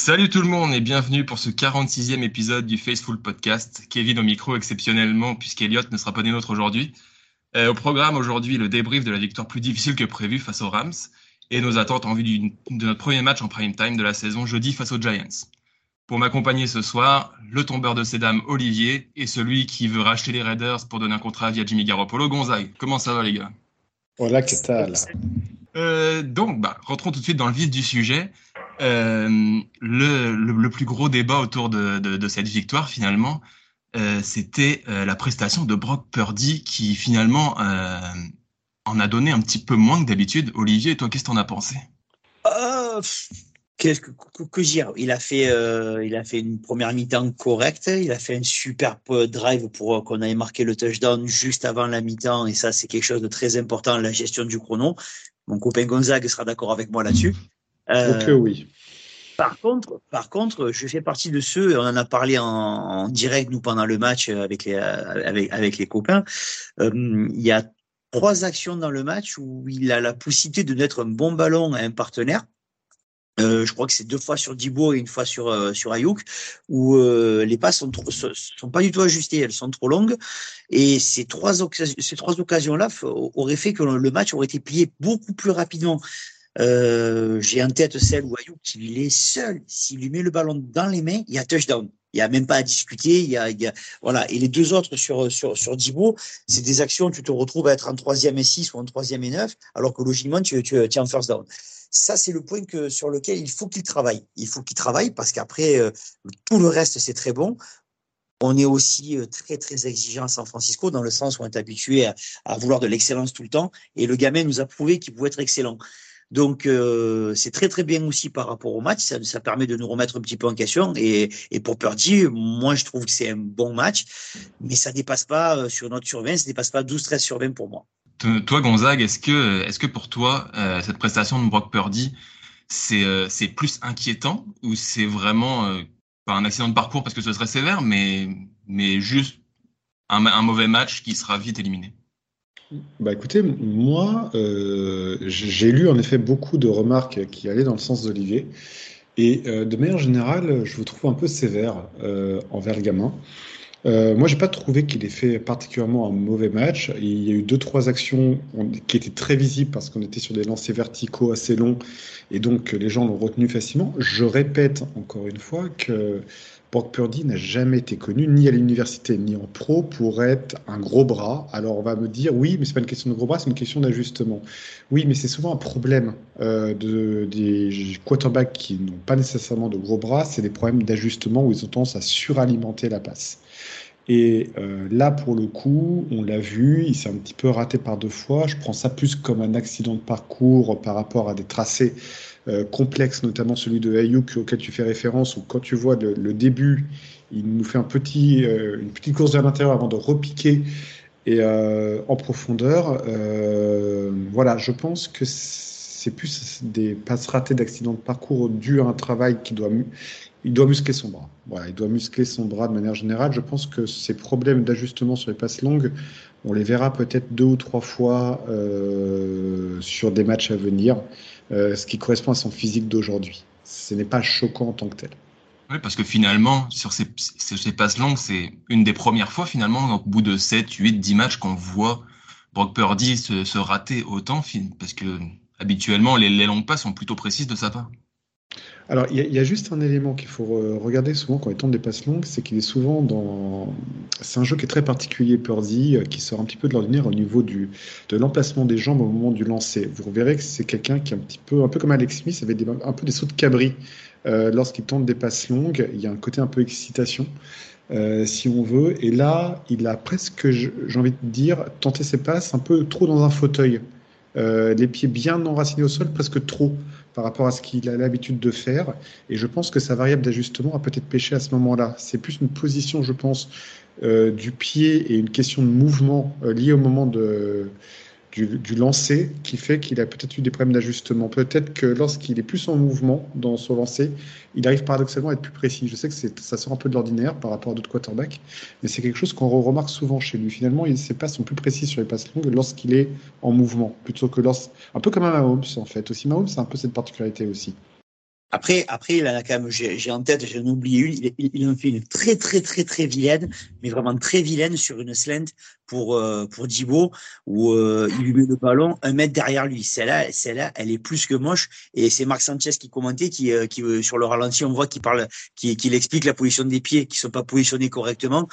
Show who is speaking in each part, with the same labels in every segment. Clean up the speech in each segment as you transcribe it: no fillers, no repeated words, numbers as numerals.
Speaker 1: Salut tout le monde et bienvenue pour ce 46e épisode du Faceful Podcast. Kevin au micro exceptionnellement puisqu'Eliott ne sera pas des nôtres aujourd'hui. Au programme aujourd'hui, le débrief de la victoire plus difficile que prévu face aux Rams et nos attentes en vue de notre premier match en prime time de la saison jeudi face aux Giants. Pour m'accompagner ce soir, le tombeur de ces dames Olivier et celui qui veut racheter les Raiders pour donner un contrat via Jimmy Garoppolo, Gonzague. Comment ça va les gars?
Speaker 2: Hola, ¿qué tal?
Speaker 1: Rentrons tout de suite dans le vif du sujet. Le plus gros débat autour de cette victoire, finalement, c'était la prestation de Brock Purdy qui, finalement, en a donné un petit peu moins que d'habitude. Olivier, toi, qu'est-ce que t'en as pensé?
Speaker 3: Qu'est-ce que dire? Il a fait une première mi-temps correcte. Il a fait un superbe drive pour qu'on aille marquer le touchdown juste avant la mi-temps. Et ça, c'est quelque chose de très important, la gestion du chrono. Mon copain Gonzague sera d'accord avec moi là-dessus.
Speaker 2: Ok, oui.
Speaker 3: Par contre, je fais partie de ceux, et on en a parlé en direct, nous, pendant le match avec les copains. Il y a 3 actions dans le match où il a la possibilité de mettre un bon ballon à un partenaire. Je crois que c'est 2 fois sur Dibbo et 1 fois sur Ayuk, où les passes sont pas du tout ajustées, elles sont trop longues. Et ces trois occasions-là auraient fait que le match aurait été plié beaucoup plus rapidement. J'ai en tête celle où Ayuk, il est seul. S'il lui met le ballon dans les mains, il y a touchdown. Il y a même pas à discuter. Voilà. Et les 2 autres sur Dibbo, c'est des actions, tu te retrouves à être en 3e et 6 ou en 3e et 9, alors que logiquement, tu es en first down. Ça, c'est le point sur lequel il faut qu'il travaille. Il faut qu'il travaille parce qu'après, tout le reste, c'est très bon. On est aussi très, très exigeant à San Francisco dans le sens où on est habitué à vouloir de l'excellence tout le temps. Et le gamin nous a prouvé qu'il pouvait être excellent. Donc, c'est très, très bien aussi par rapport au match. Ça permet de nous remettre un petit peu en question. Et pour Purdy, moi, je trouve que c'est un bon match. Mais ça dépasse pas, sur notre sur 20, ça dépasse pas 12-13 sur 20 pour moi.
Speaker 1: Toi, Gonzague, est-ce que pour toi, cette prestation de Brock Purdy, c'est plus inquiétant ou c'est vraiment pas un accident de parcours parce que ce serait sévère, mais juste un mauvais match qui sera vite éliminé?
Speaker 2: Bah écoutez, moi, j'ai lu en effet beaucoup de remarques qui allaient dans le sens d'Olivier. Et de manière générale, je vous trouve un peu sévère envers le gamin. Moi, j'ai pas trouvé qu'il ait fait particulièrement un mauvais match. Il y a eu 2, 3 actions qui étaient très visibles parce qu'on était sur des lancers verticaux assez longs et donc les gens l'ont retenu facilement. Je répète encore une fois que Brock Purdy n'a jamais été connu, ni à l'université, ni en pro, pour être un gros bras. Alors on va me dire, oui, mais c'est pas une question de gros bras, c'est une question d'ajustement. Oui, mais c'est souvent un problème des quarterbacks qui n'ont pas nécessairement de gros bras, c'est des problèmes d'ajustement où ils ont tendance à suralimenter la passe. Et là, pour le coup, on l'a vu, il s'est un petit peu raté par 2 fois. Je prends ça plus comme un accident de parcours par rapport à des tracés complexes, notamment celui de Ayuk auquel tu fais référence, où quand tu vois le début, il nous fait une petite course vers l'intérieur avant de repiquer et en profondeur. Voilà, je pense que c'est plus des passes ratées d'accident de parcours dû à un travail il doit muscler son bras. Voilà, il doit muscler son bras de manière générale. Je pense que ces problèmes d'ajustement sur les passes longues, on les verra peut-être 2 ou 3 fois sur des matchs à venir, ce qui correspond à son physique d'aujourd'hui. Ce n'est pas choquant en tant que tel.
Speaker 1: Oui, parce que finalement, sur ces passes longues, c'est une des premières fois finalement, au bout de 7, 8, 10 matchs, qu'on voit Brock Purdy se rater autant, parce que habituellement, les longues passes sont plutôt précises de sa part.
Speaker 2: Alors, il y a juste un élément qu'il faut regarder souvent quand il tente des passes longues, c'est qu'il est souvent dans. C'est un jeu qui est très particulier, Purdy, qui sort un petit peu de l'ordinaire au niveau de l'emplacement des jambes au moment du lancer. Vous verrez que c'est quelqu'un qui est un peu comme Alex Smith, avait un peu des sauts de cabri lorsqu'il tente des passes longues. Il y a un côté un peu excitation, si on veut. Et là, il a presque, j'ai envie de dire, tenté ses passes un peu trop dans un fauteuil. Les pieds bien enracinés au sol, presque trop par rapport à ce qu'il a l'habitude de faire. Et je pense que sa variable d'ajustement a peut-être pêché à ce moment-là. C'est plus une position, je pense, du pied et une question de mouvement liée au moment du lancer qui fait qu'il a peut-être eu des problèmes d'ajustement. Peut-être que lorsqu'il est plus en mouvement dans son lancer, il arrive paradoxalement à être plus précis. Je sais que ça sort un peu de l'ordinaire par rapport à d'autres quarterbacks, mais c'est quelque chose qu'on remarque souvent chez lui. Finalement, ses passes sont plus précises sur les passes longues lorsqu'il est en mouvement, plutôt que un peu comme un Mahomes en fait. Aussi Mahomes, c'est un peu cette particularité aussi.
Speaker 3: Après, il en a quand même, j'ai en tête, j'en ai oublié une, il en fait une très, très, très, très vilaine, mais vraiment très vilaine sur une slant pour Djibo, où il lui met le ballon 1 mètre derrière lui. Celle-là, elle est plus que moche. Et c'est Marc Sanchez qui commentait, sur le ralenti, on voit qu'il explique la position des pieds qui sont pas positionnés correctement.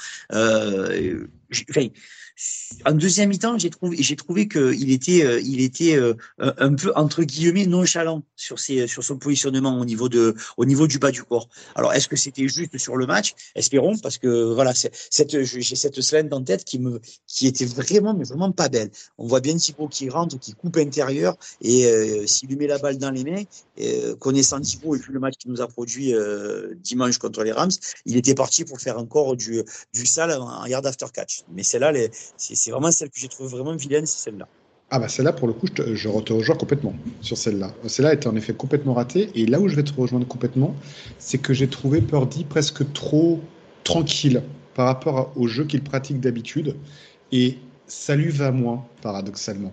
Speaker 3: Enfin, en deuxième mi-temps, j'ai trouvé qu'il était, un peu entre guillemets nonchalant sur son positionnement au niveau du bas du corps. Alors, est-ce que c'était juste sur le match? Espérons, parce que voilà, j'ai cette slant en tête qui était vraiment, mais vraiment pas belle. On voit bien Thibaut qui rentre, qui coupe intérieur, et s'il lui met la balle dans les mains, connaissant Thibaut et vu le match qu'il nous a produit dimanche contre les Rams, il était parti pour faire encore du sale en yard after catch. Mais celle-là, c'est vraiment celle que j'ai trouvée vraiment vilaine, c'est celle-là.
Speaker 2: Ah bah celle-là, pour le coup, je te rejoins complètement sur celle-là. Celle-là était en effet complètement ratée. Et là où je vais te rejoindre complètement, c'est que j'ai trouvé Purdy presque trop tranquille par rapport au jeu qu'il pratique d'habitude. Et ça lui va moins, paradoxalement.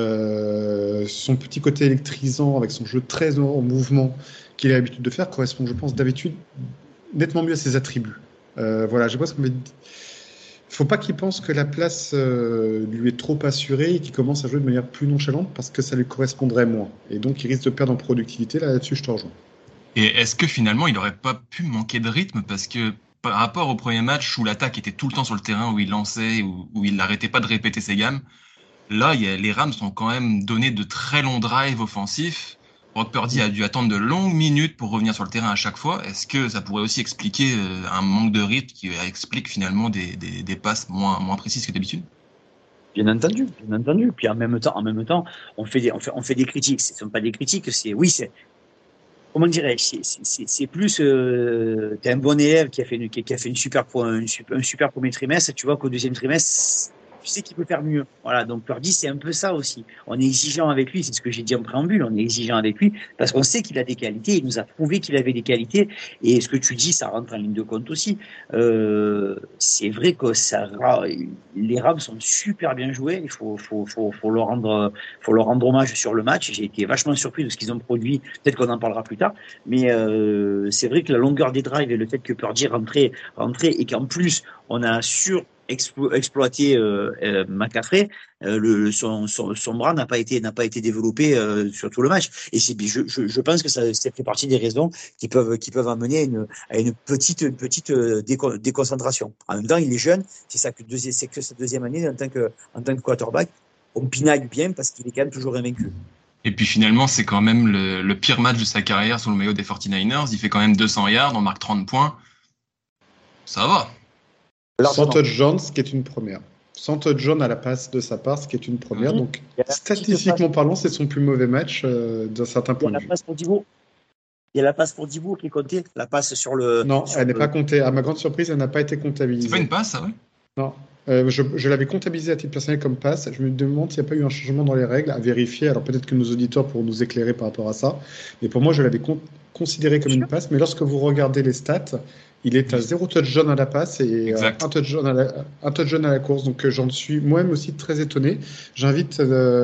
Speaker 2: Son petit côté électrisant, avec son jeu très en mouvement qu'il a l'habitude de faire, correspond, je pense, d'habitude nettement mieux à ses attributs. Voilà, je pense qu'on faut pas qu'il pense que la place lui est trop assurée et qu'il commence à jouer de manière plus nonchalante parce que ça lui correspondrait moins. Et donc, il risque de perdre en productivité. Là-dessus, je te rejoins.
Speaker 1: Et est-ce que finalement, il n'aurait pas pu manquer de rythme parce que par rapport au premier match où l'attaque était tout le temps sur le terrain, où il lançait, où il n'arrêtait pas de répéter ses gammes, là, les Rams ont quand même donné de très longs drives offensifs. Brock Purdy a dû attendre de longues minutes pour revenir sur le terrain à chaque fois. Est-ce que ça pourrait aussi expliquer un manque de rythme qui explique finalement des passes moins précises que d'habitude?
Speaker 3: Bien entendu, bien entendu. Puis en même temps, on fait des critiques. Ce ne sont pas des critiques, c'est comment dirais-je, c'est plus t'es un bon élève qui a fait une un super premier trimestre. Tu vois qu'au deuxième trimestre, tu sais qu'il peut faire mieux. Voilà, donc Purdy, c'est un peu ça aussi. On est exigeant avec lui, c'est ce que j'ai dit en préambule. On est exigeant avec lui parce qu'on sait qu'il a des qualités. Il nous a prouvé qu'il avait des qualités. Et ce que tu dis, ça rentre en ligne de compte aussi. C'est vrai que les Rams sont super bien joués. Faut leur rendre hommage sur le match. J'ai été vachement surpris de ce qu'ils ont produit. Peut-être qu'on en parlera plus tard. Mais c'est vrai que la longueur des drives et le fait que Purdy rentrait et qu'en plus on a exploité McCaffrey, son bras n'a pas été développé sur tout le match. Et je pense que ça fait partie des raisons qui peuvent amener à une petite déconcentration. En même temps, il est jeune, c'est que sa deuxième année en tant que quarterback. On pinaille bien parce qu'il est quand même toujours invaincu.
Speaker 1: Et puis finalement, c'est quand même le pire match de sa carrière sous le maillot des 49ers. Il fait quand même 200 yards, on marque 30 points. Ça va.
Speaker 2: Sans touchdown, ce qui est une première. Sans touchdown à la passe de sa part, ce qui est une première. Donc, statistiquement parlant, c'est son plus mauvais match d'un certain point de vue.
Speaker 3: Il y a la passe pour Djibo qui est comptée. La passe sur le.
Speaker 2: Non, elle n'est pas comptée. À ma grande surprise, elle n'a pas été comptabilisée.
Speaker 1: C'est pas une passe, ça, ouais?
Speaker 2: Non. Je l'avais comptabilisé à titre personnel comme passe. Je me demande s'il n'y a pas eu un changement dans les règles à vérifier. Alors peut-être que nos auditeurs pourront nous éclairer par rapport à ça. Mais pour moi, je l'avais considéré comme une passe. Mais lorsque vous regardez les stats, il est à 0 touchdown à la passe et un touchdown à la course. Donc j'en suis moi-même aussi très étonné. J'invite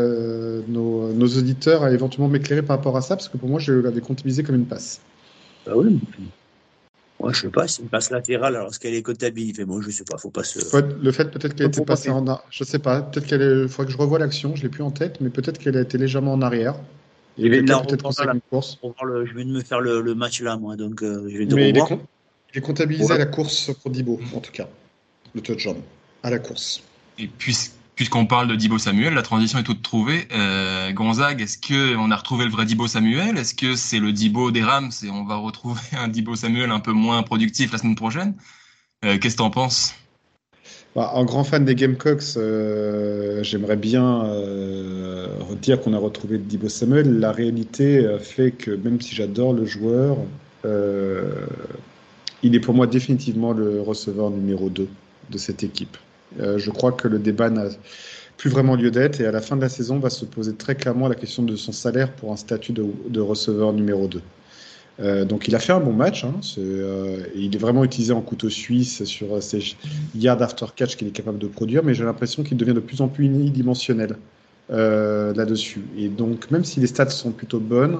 Speaker 2: nos auditeurs à éventuellement m'éclairer par rapport à ça, parce que pour moi, je l'avais comptabilisé comme une passe.
Speaker 3: Ah oui. Moi, je sais pas, c'est une passe latérale, alors est-ce qu'elle est comptabilisée? Moi, je sais pas, faut pas se.
Speaker 2: Le fait peut-être qu'elle était passée en arrière, je sais pas, peut-être il faudrait que je revoie l'action, je l'ai plus en tête, mais peut-être qu'elle a été légèrement en arrière.
Speaker 3: Je vais de me faire le match là, moi, donc je vais te revoir.
Speaker 2: Il est comptabilisé à la course pour Djibo, en tout cas, le touchdown, à la course.
Speaker 1: Et puisqu'on parle de Djibo Samuel, la transition est toute trouvée. Gonzague, est-ce qu'on a retrouvé le vrai Djibo Samuel? Est-ce que c'est le Djibo des Rams et on va retrouver un Djibo Samuel un peu moins productif la semaine prochaine? Qu'est-ce que t'en penses?
Speaker 2: En grand fan des Gamecocks, j'aimerais bien dire qu'on a retrouvé Djibo Samuel. La réalité fait que même si j'adore le joueur, il est pour moi définitivement le receveur numéro 2 de cette équipe. Je crois que le débat n'a plus vraiment lieu d'être et à la fin de la saison va se poser très clairement la question de son salaire pour un statut de receveur numéro 2. Donc il a fait un bon match, il est vraiment utilisé en couteau suisse sur ses yards after catch qu'il est capable de produire, mais j'ai l'impression qu'il devient de plus en plus unidimensionnel là-dessus. Et donc même si les stats sont plutôt bonnes,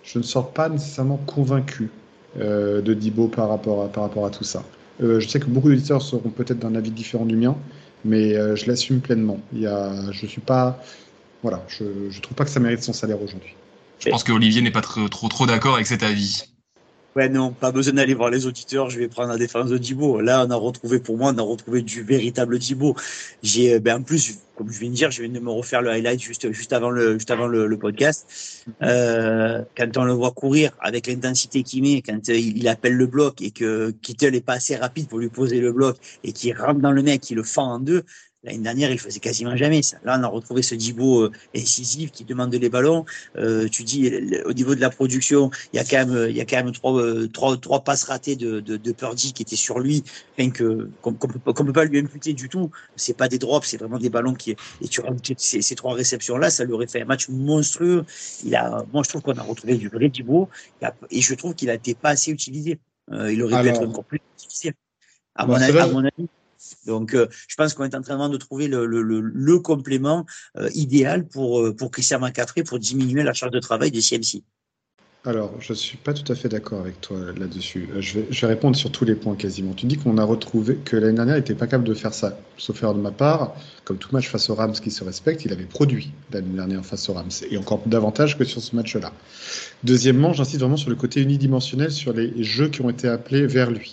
Speaker 2: je ne sors pas nécessairement convaincu de Dibot par rapport à tout ça. Je sais que beaucoup d'auditeurs seront peut-être d'un avis différent du mien, mais je l'assume pleinement. Je suis pas, voilà, je trouve pas que ça mérite son salaire aujourd'hui.
Speaker 1: Je pense que Olivier n'est pas trop d'accord avec cet avis.
Speaker 3: Ouais, non, pas besoin d'aller voir les auditeurs, je vais prendre la défense de Thibaut. Là, on a retrouvé du véritable Thibaut. En plus, comme je viens de dire, je viens de me refaire le highlight juste avant le podcast. Quand on le voit courir avec l'intensité qu'il met, quand il appelle le bloc et que Kittel est pas assez rapide pour lui poser le bloc et qu'il rentre dans le mec, qui le fend en deux. L'année dernière, il faisait quasiment jamais ça. Là, on a retrouvé ce Djibo incisif qui demande les ballons. Tu dis, au niveau de la production, il y a quand même trois passes ratées de Purdy qui étaient sur lui, qu'on peut pas lui imputer du tout. C'est pas des drops, c'est vraiment des ballons et tu rajoutes ces trois réceptions-là, ça lui aurait fait un match monstrueux. Moi, je trouve qu'on a retrouvé du vrai Djibo et je trouve qu'il a été pas assez utilisé. Il aurait pu être encore plus utilisé, à mon avis. Donc, je pense qu'on est en train de trouver le complément idéal pour Christian McCaffrey pour diminuer la charge de travail de CMC.
Speaker 2: Alors, je ne suis pas tout à fait d'accord avec toi là-dessus. Je vais répondre sur tous les points quasiment. Tu dis qu'on a retrouvé que l'année dernière, il n'était pas capable de faire ça. Sauf erreur de ma part, comme tout match face aux Rams qui se respecte, il avait produit l'année dernière face aux Rams. Et encore davantage que sur ce match-là. Deuxièmement, j'insiste vraiment sur le côté unidimensionnel, sur les jeux qui ont été appelés vers lui.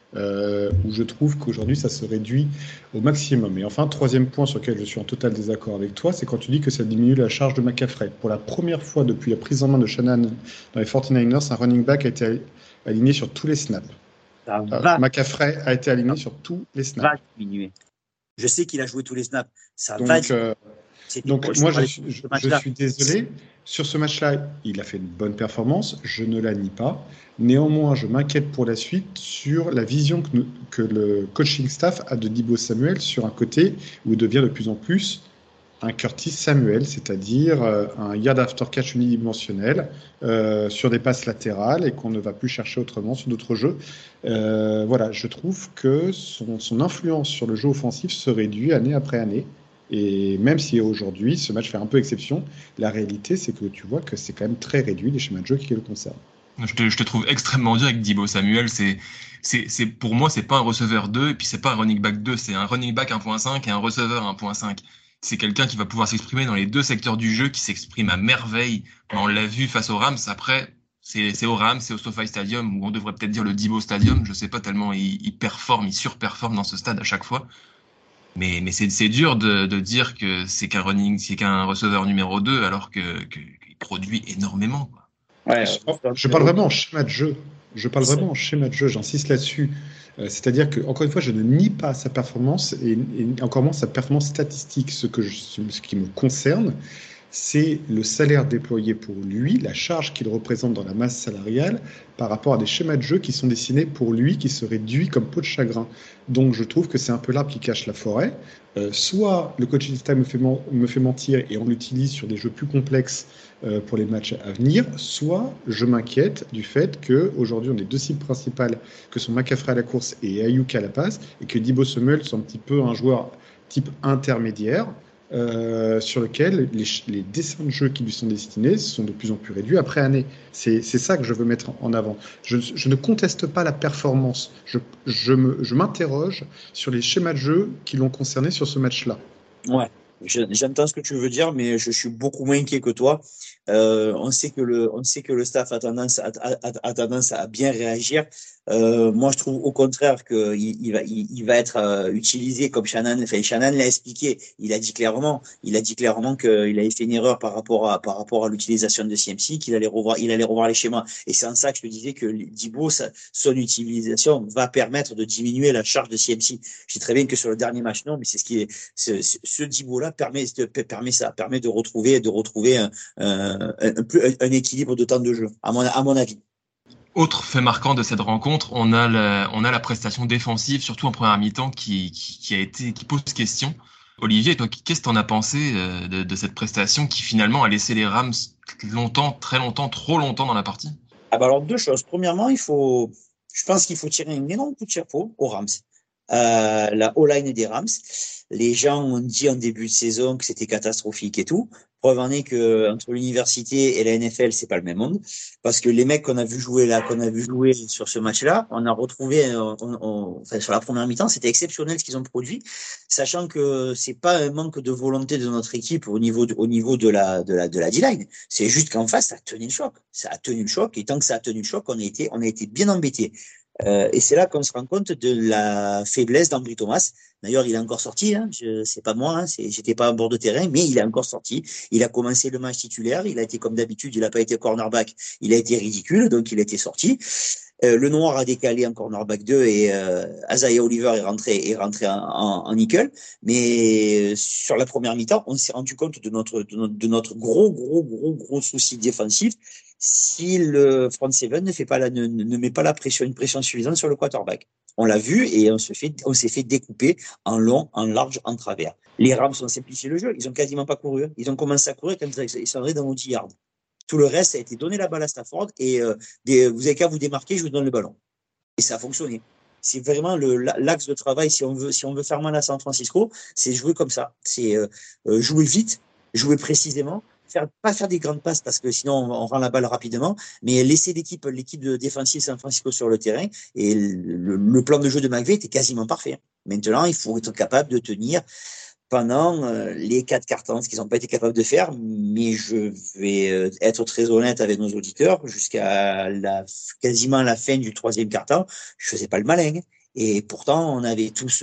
Speaker 2: Où je trouve qu'aujourd'hui ça se réduit au maximum. Et enfin, troisième point sur lequel je suis en total désaccord avec toi, c'est quand tu dis que ça diminue la charge de McCaffrey. Pour la première fois depuis la prise en main de Shanahan dans les 49ers, un running back a été aligné sur tous les snaps. McCaffrey a été aligné sur tous les snaps.
Speaker 3: Va diminuer. Je sais qu'il a joué tous les snaps. Ça va diminuer.
Speaker 2: Donc moi, je suis désolé. Sur ce match-là, il a fait une bonne performance. Je ne la nie pas. Néanmoins, je m'inquiète pour la suite sur la vision que le coaching staff a de Deebo Samuel sur un côté où il devient de plus en plus un Curtis Samuel, c'est-à-dire un yard after catch unidimensionnel sur des passes latérales et qu'on ne va plus chercher autrement sur d'autres jeux. Voilà, je trouve que son influence sur le jeu offensif se réduit année après année. Et même si aujourd'hui, ce match fait un peu exception, la réalité, c'est que tu vois que c'est quand même très réduit les schémas de jeu qui le concernent.
Speaker 1: Je te trouve extrêmement dur avec Deebo Samuel. Pour moi, c'est pas un receveur 2 et puis c'est pas un running back 2. C'est un running back 1.5 et un receveur 1.5. C'est quelqu'un qui va pouvoir s'exprimer dans les deux secteurs du jeu, qui s'exprime à merveille. On l'a vu face aux Rams. Après, c'est aux Rams, c'est au SoFi Stadium, ou on devrait peut-être dire le Deebo Stadium. Je sais pas tellement il surperforme dans ce stade à chaque fois. Mais c'est dur de dire que c'est qu'un receveur numéro 2 alors qu'il produit énormément, quoi.
Speaker 2: Ouais, je parle vraiment en schéma de jeu. J'insiste là-dessus. C'est-à-dire que, encore une fois, je ne nie pas sa performance et encore moins sa performance statistique. Ce qui me concerne, c'est le salaire déployé pour lui, la charge qu'il représente dans la masse salariale par rapport à des schémas de jeu qui sont dessinés pour lui, qui se réduit comme peau de chagrin. Donc je trouve que c'est un peu l'arbre qui cache la forêt. Soit le coaching staff me fait mentir et on l'utilise sur des jeux plus complexes pour les matchs à venir, soit je m'inquiète du fait qu'aujourd'hui on a deux cibles principales que sont McCaffrey à la course et Ayuk à la passe, et que Deebo Samuel soit un petit peu un joueur type intermédiaire, sur lequel les dessins de jeu qui lui sont destinés sont de plus en plus réduits après année. C'est ça que je veux mettre en avant. Je ne conteste pas la performance. Je m'interroge sur les schémas de jeu qui l'ont concerné sur ce match-là.
Speaker 3: Ouais. J'entends ce que tu veux dire, mais je suis beaucoup moins inquiet que toi. On sait que le staff a tendance à bien réagir. Moi, je trouve au contraire que il va être utilisé comme Shanahan. Enfin, Shanahan l'a expliqué. Il a dit clairement qu'il avait fait une erreur par rapport à l'utilisation de CMC, qu'il allait revoir les schémas. Et c'est en ça que je te disais que Deebo, son utilisation va permettre de diminuer la charge de CMC. Je sais très bien que sur le dernier match, non, mais c'est ce Deebo-là permet de retrouver un équilibre de temps de jeu, à mon avis.
Speaker 1: Autre fait marquant de cette rencontre, on a la prestation défensive, surtout en première mi-temps, qui pose question. Olivier, toi, qu'est-ce que t'en as pensé de cette prestation qui finalement a laissé les Rams très longtemps, trop longtemps dans la partie?
Speaker 3: Alors deux choses. Premièrement, je pense qu'il faut tirer un énorme coup de chapeau aux Rams. la O-line des Rams. Les gens ont dit en début de saison que c'était catastrophique et tout. Preuve en est que entre l'université et la NFL, c'est pas le même monde. Parce que les mecs qu'on a vu jouer là, qu'on a vu jouer sur ce match-là, on a retrouvé, enfin, sur la première mi-temps, c'était exceptionnel ce qu'ils ont produit, sachant que c'est pas un manque de volonté de notre équipe au niveau de la D-line. C'est juste qu'en face, ça a tenu le choc. Ça a tenu le choc. Et tant que ça a tenu le choc, on a été bien embêtés. Et c'est là qu'on se rend compte de la faiblesse d'Ambry Thomas. D'ailleurs, il est encore sorti. Hein. C'est pas moi. Hein. J'étais pas à bord de terrain, mais il est encore sorti. Il a commencé le match titulaire. Il a été comme d'habitude. Il n'a pas été cornerback. Il a été ridicule, donc il a été sorti. Le noir a décalé en cornerback 2 et Isaiah Oliver est rentré en nickel. Mais sur la première mi-temps, on s'est rendu compte de notre gros souci défensif si le front seven ne met pas une pression suffisante sur le quarterback. On l'a vu et on s'est fait découper en long, en large, en travers. Les Rams ont simplifié le jeu. Ils ont quasiment pas couru. Ils ont commencé à courir quand ils sont arrivés dans nos 10 yards. Tout le reste, ça a été donner la balle à Stafford et vous avez qu'à vous démarquer, je vous donne le ballon. Et ça a fonctionné. C'est vraiment l'axe de travail si on veut faire mal à San Francisco, c'est jouer comme ça. C'est jouer vite, jouer précisément, pas faire des grandes passes parce que sinon on rend la balle rapidement, mais laisser l'équipe de défensive San Francisco sur le terrain. Et le plan de jeu de McVay était quasiment parfait. Maintenant, il faut être capable de tenir pendant les 4 cartons, ce qu'ils n'ont pas été capables de faire, mais je vais être très honnête avec nos auditeurs, jusqu'à quasiment la fin du 3e carton, je faisais pas le malin. Et pourtant, on avait tous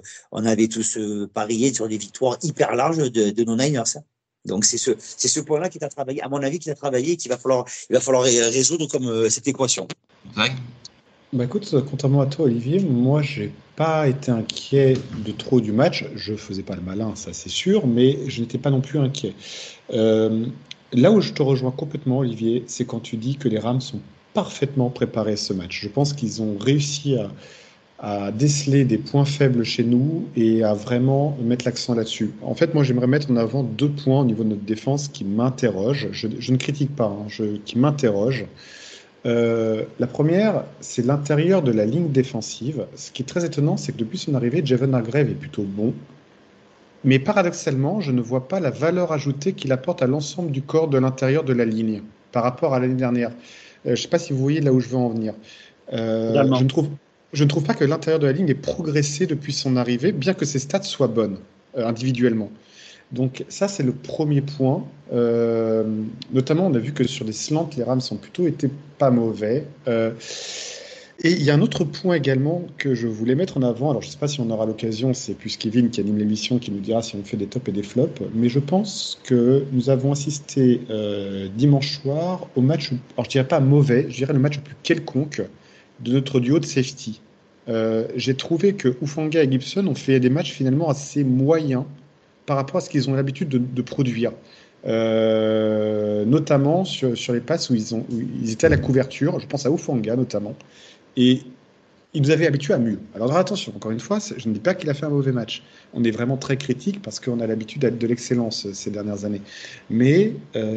Speaker 3: parié sur des victoires hyper larges de nos Niners. Donc c'est ce point-là qui t'a travaillé, à mon avis, qui t'a travaillé et il va falloir résoudre comme cette équation.
Speaker 1: Zach?
Speaker 2: Bah écoute, contrairement à toi, Olivier, moi, j'ai pas été inquiet de trop du match. Je faisais pas le malin, ça c'est sûr, mais je n'étais pas non plus inquiet. Euh, Là où je te rejoins complètement, Olivier, c'est quand tu dis que les Rams sont parfaitement préparés à ce match. Je pense qu'ils ont réussi à déceler des points faibles chez nous et à vraiment mettre l'accent là-dessus. En fait, moi, j'aimerais mettre en avant 2 points au niveau de notre défense qui m'interrogent. Je ne critique pas, hein, qui m'interrogent. La première, c'est l'intérieur de la ligne défensive. Ce qui est très étonnant, c'est que depuis son arrivée, Javon Hargrave est plutôt bon. Mais paradoxalement, je ne vois pas la valeur ajoutée qu'il apporte à l'ensemble du corps de l'intérieur de la ligne par rapport à l'année dernière. Je ne sais pas si vous voyez là où je veux en venir.
Speaker 3: Totalement.
Speaker 2: Je ne trouve pas que l'intérieur de la ligne ait progressé depuis son arrivée, bien que ses stats soient bonnes individuellement. Donc ça, c'est le premier point. Notamment, on a vu que sur les slants, les Rams ont plutôt été pas mauvais. Et il y a un autre point également que je voulais mettre en avant. Alors, je ne sais pas si on aura l'occasion, c'est plus Kevin qui anime l'émission qui nous dira si on fait des tops et des flops. Mais je pense que nous avons assisté dimanche soir au match, alors je dirais pas mauvais, je dirais le match le plus quelconque de notre duo de safety. J'ai trouvé que Hufanga et Gibson ont fait des matchs finalement assez moyens par rapport à ce qu'ils ont l'habitude de produire. Notamment sur les passes où ils étaient à la couverture. Je pense à Hufanga notamment. Et il nous avait habitués à mieux. Alors attention, encore une fois, je ne dis pas qu'il a fait un mauvais match. On est vraiment très critique parce qu'on a l'habitude d'être de l'excellence ces dernières années. Mais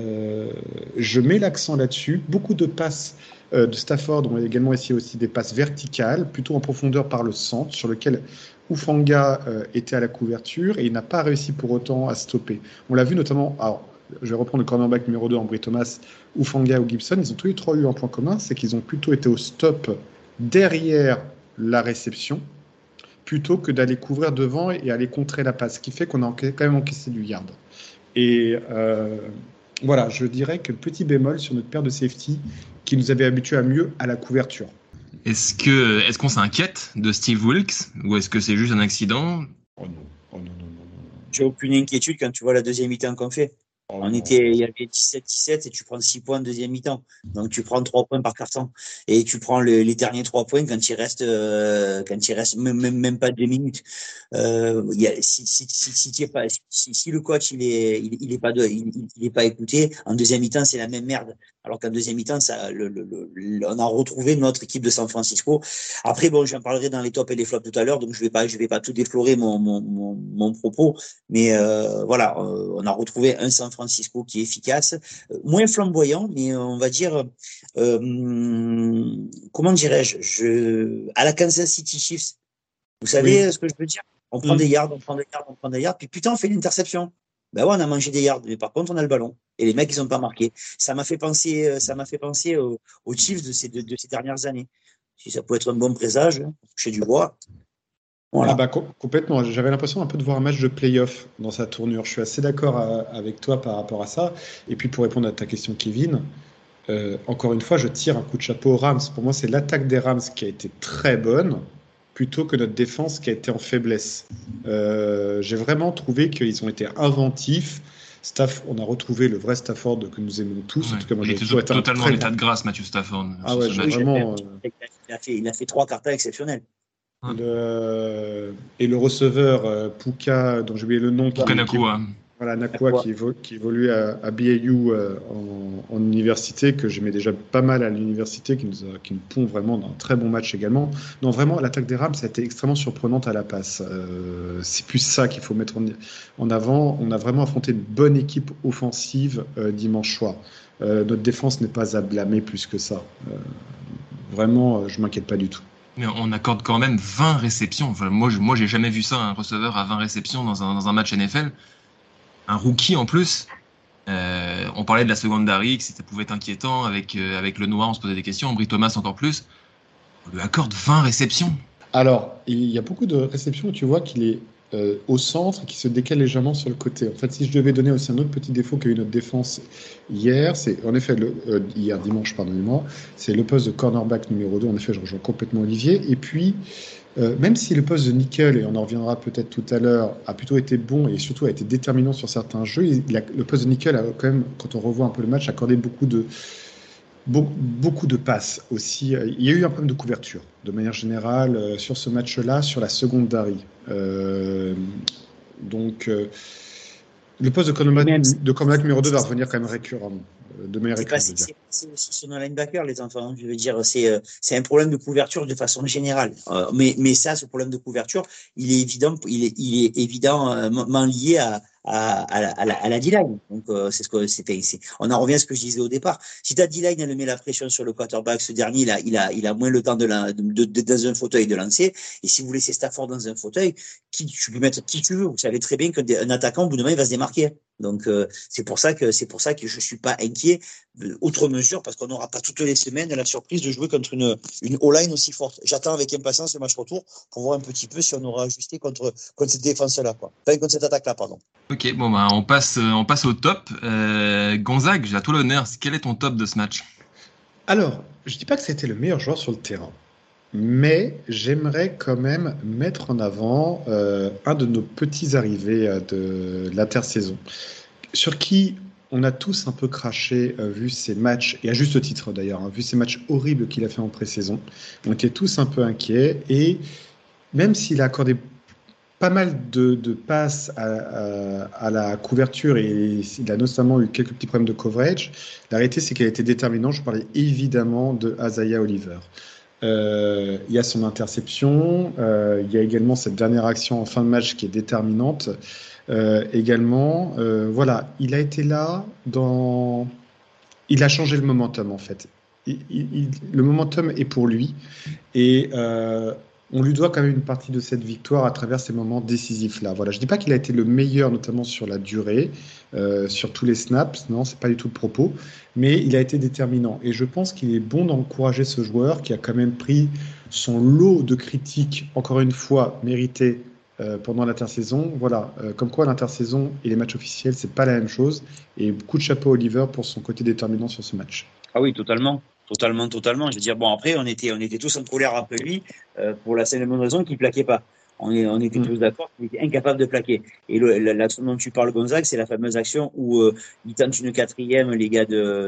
Speaker 2: je mets l'accent là-dessus. Beaucoup de passes de Stafford ont également essayé aussi des passes verticales, plutôt en profondeur par le centre, sur lequel Hufanga était à la couverture et il n'a pas réussi pour autant à stopper. On l'a vu notamment, alors, je vais reprendre le cornerback numéro 2, Ambry Thomas, Hufanga ou Gibson, ils ont tous les trois eu un point commun, c'est qu'ils ont plutôt été au stop derrière la réception, plutôt que d'aller couvrir devant et aller contrer la passe, ce qui fait qu'on a quand même encaissé du yard. Et voilà, je dirais que le petit bémol sur notre paire de safety qui nous avait habitués à mieux à la couverture.
Speaker 1: Est-ce qu'on s'inquiète de Steve Wilkes ou est-ce que c'est juste un accident?
Speaker 2: Oh non, oh non, non, non, non.
Speaker 3: J'ai aucune inquiétude quand tu vois la deuxième mi-temps qu'on fait.
Speaker 2: Oh
Speaker 3: Il y avait 17-17 et tu prends 6 points en deuxième mi-temps. Donc tu prends 3 points par carton. Et tu prends les derniers 3 points quand il reste même pas 2 minutes. Si le coach il est pas écouté, en deuxième mi-temps, c'est la même merde. Alors qu'en deuxième mi-temps, on a retrouvé notre équipe de San Francisco. Après, bon, j'en parlerai dans les tops et les flops tout à l'heure, donc je vais pas tout déflorer mon propos. Mais voilà, on a retrouvé un San Francisco qui est efficace, moins flamboyant, mais on va dire, comment dirais-je, à la Kansas City Chiefs, Vous savez
Speaker 2: Oui.
Speaker 3: ce que je veux dire? On prend des yards, on prend des yards, on prend des yards, puis putain, on fait l'interception. Ben ouais, on a mangé des yards, mais par contre, on a le ballon. Et les mecs, ils ont pas marqué. Ça m'a fait penser aux Chiefs de ces dernières années. Si ça peut être un bon présage, chez du bois.
Speaker 2: Ah
Speaker 3: Voilà.
Speaker 2: bah complètement. J'avais l'impression un peu de voir un match de play-off dans sa tournure. Je suis assez d'accord avec toi par rapport à ça. Et puis pour répondre à ta question, Kevin, encore une fois, je tire un coup de chapeau aux Rams. Pour moi, c'est l'attaque des Rams qui a été très bonne plutôt que notre défense qui a été en faiblesse. J'ai vraiment trouvé qu'ils ont été inventifs. On a retrouvé le vrai Stafford que nous aimons tous. En
Speaker 1: Ouais.
Speaker 2: tout cas, moi,
Speaker 1: Il
Speaker 2: j'ai
Speaker 1: était
Speaker 2: toujours été un
Speaker 1: totalement en
Speaker 2: très
Speaker 1: état
Speaker 2: grand.
Speaker 1: de grâce, Matthew Stafford,
Speaker 2: Ah
Speaker 1: sur
Speaker 2: ouais,
Speaker 1: ce
Speaker 2: j'ai
Speaker 3: Oui,
Speaker 1: match.
Speaker 2: vraiment.
Speaker 3: il a fait 3 quarts exceptionnels.
Speaker 1: Ouais.
Speaker 2: Et le receveur Puka, dont j'ai oublié le nom,
Speaker 1: Puka-Nacua.
Speaker 2: voilà,
Speaker 3: À
Speaker 2: Nakua,
Speaker 3: quoi?
Speaker 2: qui évolue à BYU en université, que j'aimais déjà pas mal à l'université, qui nous pond vraiment d'un très bon match également. Non, vraiment, l'attaque des Rams, ça a été extrêmement surprenante à la passe. C'est plus ça qu'il faut mettre en avant. On a vraiment affronté une bonne équipe offensive dimanche soir. Notre défense n'est pas à blâmer plus que ça. Vraiment, je m'inquiète pas du tout.
Speaker 1: Mais on accorde quand même 20 réceptions. Enfin, moi, j'ai jamais vu ça, un receveur à 20 réceptions dans un match NFL. Un rookie en plus. On parlait de la secondary, que ça pouvait être inquiétant. Avec le noir, on se posait des questions. Brie Thomas encore plus. On lui accorde 20 réceptions.
Speaker 2: Alors, il y a beaucoup de réceptions où tu vois qu'il est au centre et qu'il se décale légèrement sur le côté. En fait, si je devais donner aussi un autre petit défaut qu'a eu notre défense hier, c'est en effet, hier dimanche, pardonnez-moi, c'est le poste de cornerback numéro 2. En effet, je rejoins complètement Olivier. Et puis, même si le poste de nickel, et on en reviendra peut-être tout à l'heure, a plutôt été bon et surtout a été déterminant sur certains jeux, le poste de nickel a quand même, quand on revoit un peu le match, accordé beaucoup de passes aussi. Il y a eu un problème de couverture, de manière générale, sur ce match-là, sur la secondary. Donc, le poste
Speaker 3: Et même,
Speaker 2: de cornerback numéro 2 va revenir quand même récurremment, de manière
Speaker 3: c'est pas,
Speaker 2: récurrente, je veux
Speaker 3: c'est
Speaker 2: dire.
Speaker 3: c'est aussi sur nos linebackers, les enfants. Je veux dire, c'est un problème de couverture de façon générale. Mais ça, ce problème de couverture, il est évidemment lié à la D-line. Donc, c'est ce que c'était. On en revient à ce que je disais au départ. Si ta D-line, elle met la pression sur le quarterback, ce dernier, il a moins le temps dans un fauteuil de lancer. Et si vous laissez Stafford dans un fauteuil, tu peux mettre qui tu veux. Vous savez très bien qu'un attaquant, au bout de moment, il va se démarquer. Donc, c'est pour ça que je suis pas inquiet outre mesure, parce qu'on n'aura pas toutes les semaines la surprise de jouer contre une O-line aussi forte. J'attends avec impatience le match retour pour voir un petit peu si on aura ajusté contre cette défense-là, quoi. Enfin, contre cette attaque-là, pardon.
Speaker 1: Ok, bon, bah, on passe au top. Gonzague, j'ai à tout l'honneur. Quel est ton top de ce match?
Speaker 2: Alors, je dis pas que c'était le meilleur joueur sur le terrain. Mais j'aimerais quand même mettre en avant un de nos petits arrivés de l'intersaison, sur qui on a tous un peu craché, vu ces matchs, et à juste titre d'ailleurs, hein, vu ces matchs horribles qu'il a fait en pré-saison. On était tous un peu inquiets, et même s'il a accordé pas mal de passes à la couverture, et il a notamment eu quelques petits problèmes de coverage, la réalité c'est qu'elle a été déterminante. Je parlais évidemment de Isaiah Oliver. Il y a son interception, il y a également cette dernière action en fin de match qui est déterminante. Également, voilà, il a été là il a changé le momentum en fait. Le momentum est pour lui et on lui doit quand même une partie de cette victoire à travers ces moments décisifs-là. Voilà, je dis pas qu'il a été le meilleur, notamment sur la durée, sur tous les snaps. Non, c'est pas du tout le propos, mais il a été déterminant. Et je pense qu'il est bon d'encourager ce joueur qui a quand même pris son lot de critiques, encore une fois méritées pendant l'intersaison. Voilà, comme quoi l'intersaison et les matchs officiels, c'est pas la même chose. Et coup de chapeau à Oliver pour son côté déterminant sur ce match.
Speaker 3: Ah oui, totalement. Totalement, totalement. Je veux dire, bon, après, on était tous en colère après lui, pour la simple et bonne raison qu'il plaquait pas. On était
Speaker 2: Mm.
Speaker 3: tous d'accord qu'il était incapable de plaquer. Et l'action dont tu parles, Gonzague, c'est la fameuse action où il tente une quatrième, les gars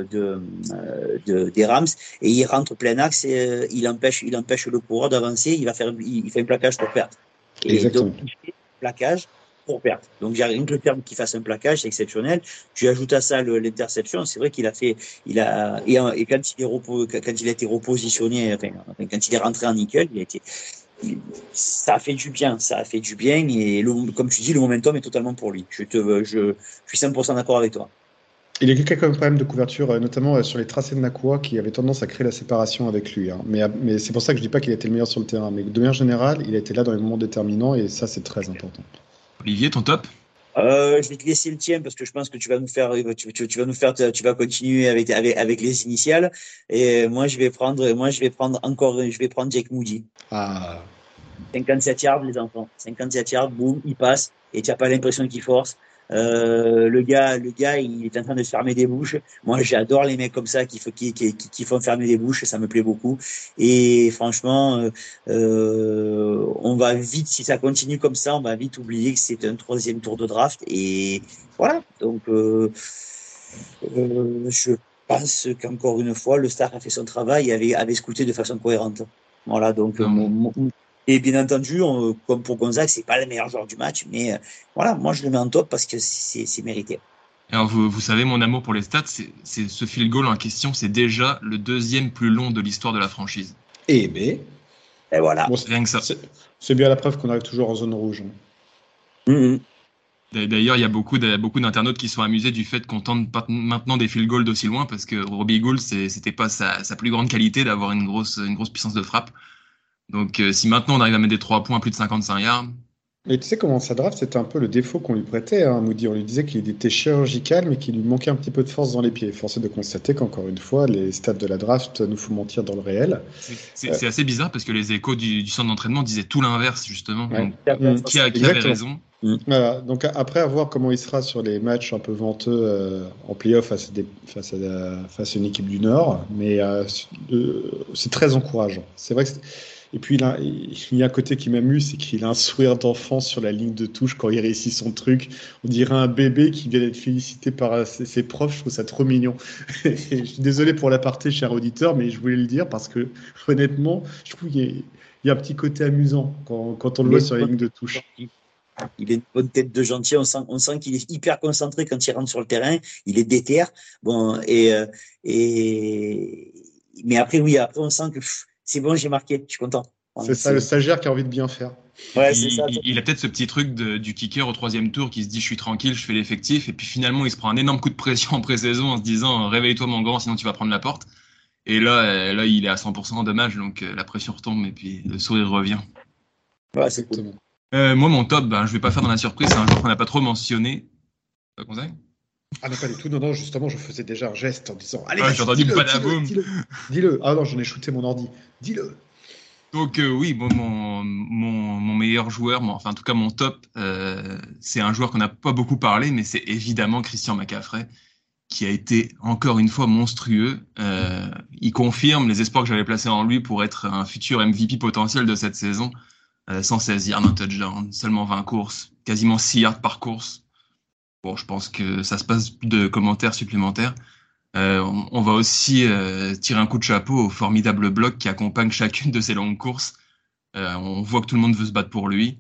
Speaker 3: des Rams, et il rentre plein axe, et il empêche le coureur d'avancer, il fait un plaquage pour perte. Et donc,
Speaker 2: Exactement.
Speaker 3: il fait un plaquage pour perte. Donc, j'ai rien que le terme qu'il fasse un plaquage, c'est exceptionnel. Tu ajoutes à ça l'interception, c'est vrai qu'il a fait, et quand il a été repositionné, enfin, quand il est rentré en nickel, ça a fait du bien, et comme tu dis, le momentum est totalement pour lui. Je suis 100% d'accord avec toi.
Speaker 2: Il y a quelques problèmes de couverture, notamment sur les tracés de Nakua, qui avait tendance à créer la séparation avec lui. Hein. Mais c'est pour ça que je dis pas qu'il a été le meilleur sur le terrain. Mais de manière générale, il a été là dans les moments déterminants et ça, c'est très important.
Speaker 1: Olivier, ton top?
Speaker 3: Je vais te laisser le tien parce que je pense que tu vas tu vas continuer avec les initiales. Et je vais prendre Jake Moody.
Speaker 2: Ah.
Speaker 3: 57 yards, les enfants. 57 yards, boum, il passe et tu n'as pas l'impression qu'il force. Le gars, il est en train de se fermer des bouches. Moi, j'adore les mecs comme ça qui font fermer des bouches. Ça me plaît beaucoup. Et franchement, on va vite, si ça continue comme ça, on va vite oublier que c'est un 3e tour de draft. Et voilà. Donc, je pense qu'encore une fois, le staff a fait son travail et avait scouté de façon cohérente. Voilà. Donc, et bien entendu, comme pour Gonzague, c'est pas le meilleur joueur du match, mais voilà, moi je le mets en top parce que c'est mérité.
Speaker 1: Alors vous savez, mon amour pour les stats, c'est ce field goal en question, c'est déjà le 2e plus long de l'histoire de la franchise.
Speaker 2: Et ben.
Speaker 3: Et voilà.
Speaker 1: Bon, rien que ça.
Speaker 2: C'est bien la preuve qu'on arrive toujours en zone rouge.
Speaker 3: Mm-hmm.
Speaker 1: D'ailleurs, il y a beaucoup d'internautes qui sont amusés du fait qu'on tente maintenant des field goals d'aussi loin parce que Robbie Gould, c'était pas sa plus grande qualité d'avoir une grosse puissance de frappe. Donc, si maintenant on arrive à mettre des 3 points à plus de 55 yards.
Speaker 2: Et tu sais comment sa draft, c'était un peu le défaut qu'on lui prêtait, hein, Moody. On lui disait qu'il était chirurgical, mais qu'il lui manquait un petit peu de force dans les pieds. Force est de constater qu'encore une fois, les stats de la draft nous font mentir dans le réel.
Speaker 1: C'est assez bizarre parce que les échos du centre d'entraînement disaient tout l'inverse, justement.
Speaker 2: Ouais.
Speaker 1: Donc, qui avait raison?
Speaker 2: Voilà. Donc, après, à voir comment il sera sur les matchs un peu venteux en play-off face à une équipe du Nord. Mais c'est très encourageant. C'est vrai que et puis, il y a un côté qui m'amuse, c'est qu'il a un sourire d'enfant sur la ligne de touche quand il réussit son truc. On dirait un bébé qui vient d'être félicité par ses profs. Je trouve ça trop mignon. Je suis désolé pour l'aparté, cher auditeur, mais je voulais le dire parce que, honnêtement, je trouve qu'il y a un petit côté amusant quand on le voit sur la ligne de touche.
Speaker 3: Il a une bonne tête de gentil. On sent qu'il est hyper concentré quand il rentre sur le terrain. Il est déter. Bon, mais après, on sent que c'est bon, j'ai marqué, je suis content.
Speaker 2: C'est ça, le stagiaire qui a envie de bien faire.
Speaker 3: Ouais, c'est ça.
Speaker 1: Il a peut-être ce petit truc du kicker au 3e tour qui se dit je suis tranquille, je fais l'effectif, et puis finalement il se prend un énorme coup de pression en pré-saison en se disant réveille-toi mon grand, sinon tu vas prendre la porte. Et là il est à 100% en dommage, donc la pression retombe et puis le sourire revient.
Speaker 3: Ouais, c'est cool.
Speaker 1: Moi mon top, je vais pas faire dans la surprise, c'est un joueur qu'on n'a pas trop mentionné. Gonzague ?
Speaker 2: Ah non, pas du tout. Non, justement, je faisais déjà un geste en disant allez,
Speaker 1: j'ai entendu badaboum.
Speaker 2: Dis-le. Ah non, j'en ai shooté mon ordi. Dis-le.
Speaker 1: Donc oui, bon, mon meilleur joueur, enfin en tout cas mon top, c'est un joueur qu'on n'a pas beaucoup parlé, mais c'est évidemment Christian McCaffrey, qui a été encore une fois monstrueux. Il confirme les espoirs que j'avais placés en lui pour être un futur MVP potentiel de cette saison. 116 yards, un touchdown, seulement 20 courses, quasiment 6 yards par course. Bon, je pense que ça se passe de commentaires supplémentaires. On va aussi tirer un coup de chapeau au formidable bloc qui accompagne chacune de ces longues courses. On voit que tout le monde veut se battre pour lui.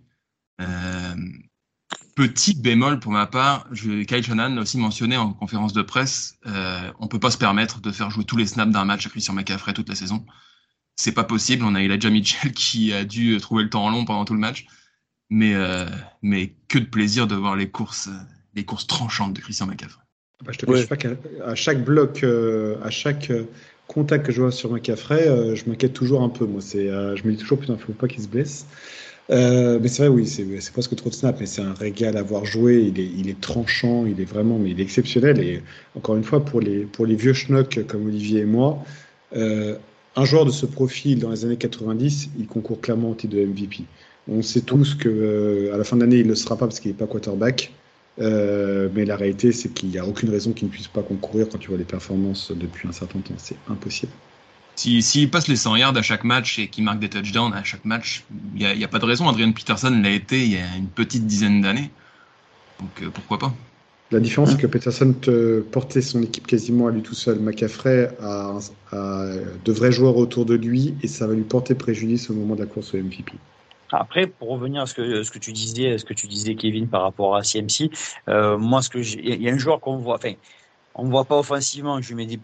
Speaker 1: Petit bémol pour ma part, Kyle Shanahan l'a aussi mentionné en conférence de presse, on peut pas se permettre de faire jouer tous les snaps d'un match à Christian McCaffrey toute la saison. C'est pas possible. On a Elijah Mitchell qui a dû trouver le temps long pendant tout le match. Mais que de plaisir de voir les courses tranchantes de Christian McCaffrey.
Speaker 2: Je te cache pas qu'à chaque bloc, à chaque contact que je vois sur McCaffrey, je m'inquiète toujours un peu. Moi, je me dis toujours, putain, il ne faut pas qu'il se blesse. Mais c'est vrai, oui, c'est presque trop de snap, mais c'est un régal à voir jouer. Il est tranchant, il est exceptionnel. Et encore une fois, pour les vieux schnocks comme Olivier et moi, un joueur de ce profil dans les années 90, il concourt clairement au titre de MVP. On sait tous qu'à la fin de l'année, il ne le sera pas parce qu'il n'est pas quarterback. Mais la réalité, c'est qu'il n'y a aucune raison qu'il ne puisse pas concourir quand tu vois les performances depuis un certain temps. C'est impossible.
Speaker 1: S'il passe les 100 yards à chaque match et qu'il marque des touchdowns à chaque match, il n'y a pas de raison. Adrian Peterson l'a été il y a une petite dizaine d'années. Donc pourquoi pas.
Speaker 2: La différence, c'est que Peterson portait son équipe quasiment à lui tout seul. McCaffrey a de vrais joueurs autour de lui et ça va lui porter préjudice au moment de la course au MVP.
Speaker 3: Après, pour revenir à ce que tu disais, Kevin, par rapport à CMC, moi, il y a un joueur qu'on voit, enfin, on ne voit pas offensivement, je lui mets des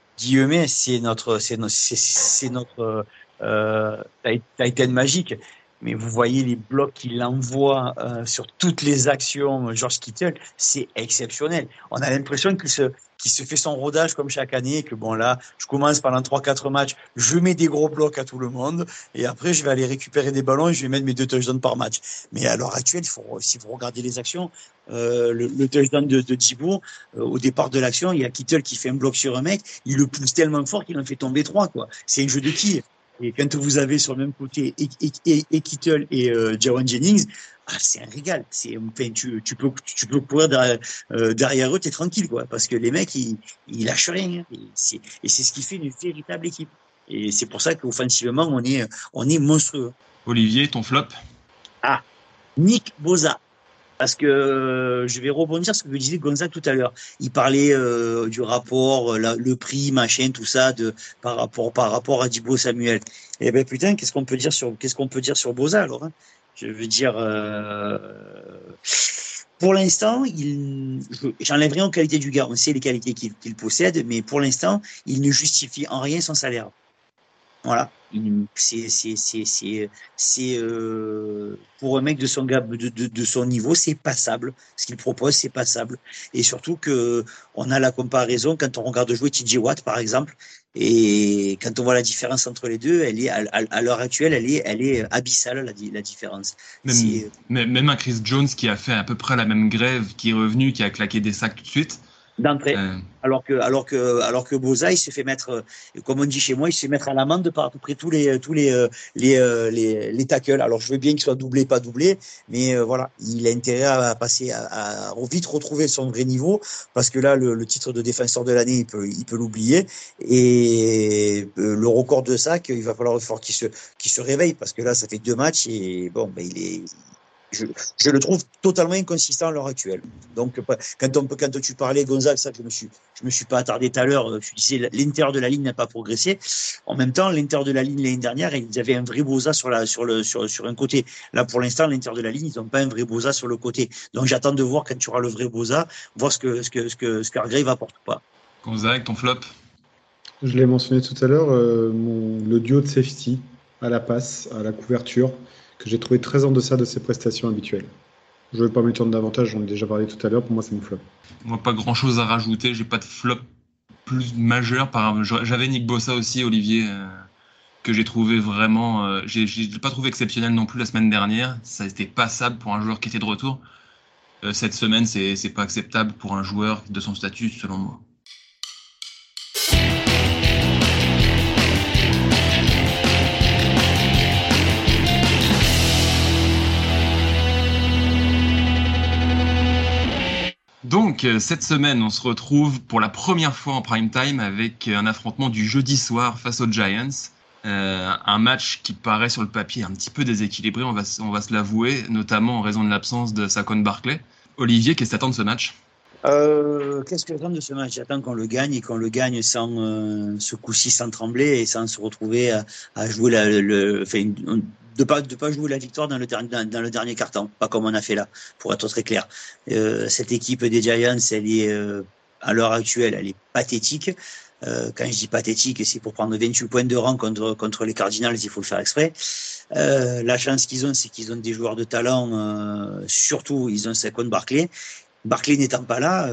Speaker 3: guillemets, c'est notre Titan magique. Mais vous voyez les blocs qu'il envoie sur toutes les actions, George Kittle, c'est exceptionnel. On a l'impression qu'il se fait son rodage comme chaque année, que bon là, je commence pendant 3-4 matchs, je mets des gros blocs à tout le monde, et après je vais aller récupérer des ballons et je vais mettre mes 2 touchdowns par match. Mais à l'heure actuelle, si vous regardez les actions, le touchdown de Djibo, au départ de l'action, il y a Kittle qui fait un bloc sur un mec, il le pousse tellement fort qu'il en fait tomber 3, quoi. C'est un jeu de qui? Et quand vous avez sur le même côté et Kittle et Jawan Jennings, c'est un régal. Enfin, tu peux courir derrière eux, t'es tranquille, quoi, parce que les mecs, ils lâchent rien. Et c'est ce qui fait une véritable équipe. Et c'est pour ça qu'offensivement, on est monstrueux.
Speaker 1: Olivier, ton flop?
Speaker 3: Ah, Nick Bosa. Parce que je vais rebondir sur ce que disait Gonzague tout à l'heure. Il parlait du rapport, le prix, machin, tout ça, par rapport à Djibo Samuel. Eh ben putain, qu'est-ce qu'on peut dire sur Bosa alors, hein? Je veux dire, pour l'instant, j'enlève rien aux qualités du gars. On sait les qualités qu'il possède, mais pour l'instant, il ne justifie en rien son salaire. Voilà. C'est pour un mec de son niveau, c'est passable. Ce qu'il propose, c'est passable. Et surtout que on a la comparaison quand on regarde jouer TJ Watt, par exemple, et quand on voit la différence entre les deux, elle est à l'heure actuelle, elle est abyssale, la différence.
Speaker 1: Même un Chris Jones qui a fait à peu près la même grève, qui est revenu, qui a claqué des sacs tout de suite.
Speaker 3: D'entrée. Alors que Bosa, il se fait mettre, comme on dit chez moi, il se fait mettre à l'amende par à peu près tous les tackles. Alors je veux bien qu'il soit doublé, pas doublé, mais voilà, il a intérêt à passer, à vite retrouver son vrai niveau, parce que là, le titre de défenseur de l'année, il peut l'oublier, et le record de sac, il va falloir qu'il se réveille, parce que là, ça fait 2 matchs, et bon, je le trouve totalement inconsistant à l'heure actuelle. Donc, quand tu parlais, Gonzague, ça, je me suis pas attardé tout à l'heure, tu disais, l'intérieur de la ligne n'a pas progressé. En même temps, l'intérieur de la ligne, l'année dernière, ils avaient un vrai Bosa sur un côté. Là, pour l'instant, l'intérieur de la ligne, ils n'ont pas un vrai Bosa sur le côté. Donc, j'attends de voir quand tu auras le vrai Bosa, voir ce que Hargrave apporte ou pas.
Speaker 1: Gonzague, ton flop?
Speaker 2: Je l'ai mentionné tout à l'heure, le duo de safety à la passe, à la couverture, que j'ai trouvé très en deçà de ses prestations habituelles. Je ne vais pas m'étendre davantage, j'en ai déjà parlé tout à l'heure, pour moi c'est mon flop.
Speaker 1: Moi, pas grand chose à rajouter, j'ai pas de flop plus majeur. J'avais Nick Bosa aussi, Olivier, que j'ai trouvé vraiment. Je l'ai pas trouvé exceptionnel non plus la semaine dernière. Ça a été passable pour un joueur qui était de retour. Cette semaine, c'est pas acceptable pour un joueur de son statut, selon moi. Donc, cette semaine, on se retrouve pour la première fois en prime time avec un affrontement du jeudi soir face aux Giants. Un match qui paraît sur le papier un petit peu déséquilibré, on va se l'avouer, notamment en raison de l'absence de Saquon Barkley. Olivier, qu'est-ce que t'attends de ce match?
Speaker 3: Qu'est-ce que j'attends de ce match? J'attends qu'on le gagne et qu'on le gagne sans ce coup-ci, sans trembler et sans se retrouver à jouer de pas jouer la victoire dans le dernier quart-temps, pas comme on a fait là, pour être très clair. Cette équipe des Giants, elle est à l'heure actuelle, elle est pathétique. Quand je dis pathétique, c'est pour prendre 28 points de rang contre les Cardinals, il faut le faire exprès. La chance qu'ils ont, c'est qu'ils ont des joueurs de talent, surtout ils ont Saquon Barkley. Barkley n'étant pas là,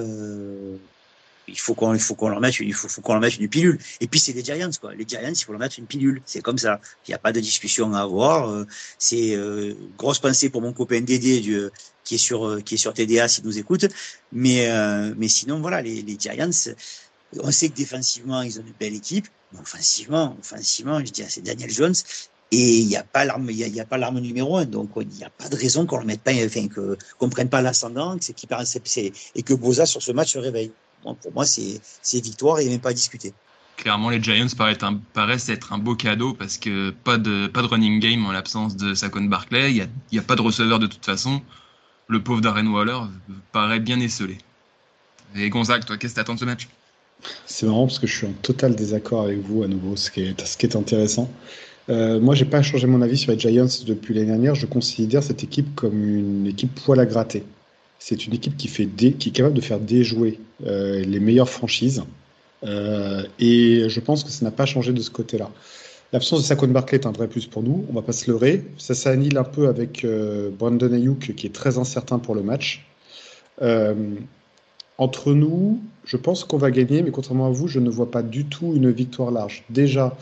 Speaker 3: il faut qu'on leur mette une pilule. Et puis c'est des Giants, quoi. Les Giants, il faut leur mettre une pilule. C'est comme ça. Il n'y a pas de discussion à avoir. C'est grosse pensée pour mon copain Dédé qui est sur TDA s'il nous écoute. Mais sinon voilà, les Giants, on sait que défensivement ils ont une belle équipe. Mais offensivement, je dis c'est Daniel Jones. Et il n'y a pas l'arme numéro 1, donc il n'y a pas de raison qu'on le mette pas, qu'on prenne pas l'ascendant, et que Bosa sur ce match se réveille. Bon, pour moi, c'est victoire et même pas à discuter.
Speaker 1: Clairement, les Giants paraissent être un beau cadeau parce que pas de running game en l'absence de Saquon Barkley. Il y a pas de receveur de toute façon. Le pauvre Darren Waller paraît bien esselé. Et Gonzague, toi, qu'est-ce que t'attends de ce match?
Speaker 2: C'est marrant parce que je suis en total désaccord avec vous à nouveau, ce qui est intéressant. Moi, j'ai pas changé mon avis sur les Giants depuis l'année dernière. Je considère cette équipe comme une équipe poil à gratter. C'est une équipe qui est capable de faire déjouer les meilleures franchises. Et je pense que ça n'a pas changé de ce côté-là. L'absence de Saquon Barkley est un vrai plus pour nous, on va pas se leurrer. Ça s'annule un peu avec Brandon Ayuk qui est très incertain pour le match. Euh, Entre nous, je pense qu'on va gagner, mais contrairement à vous, je ne vois pas du tout une victoire large. Déjà,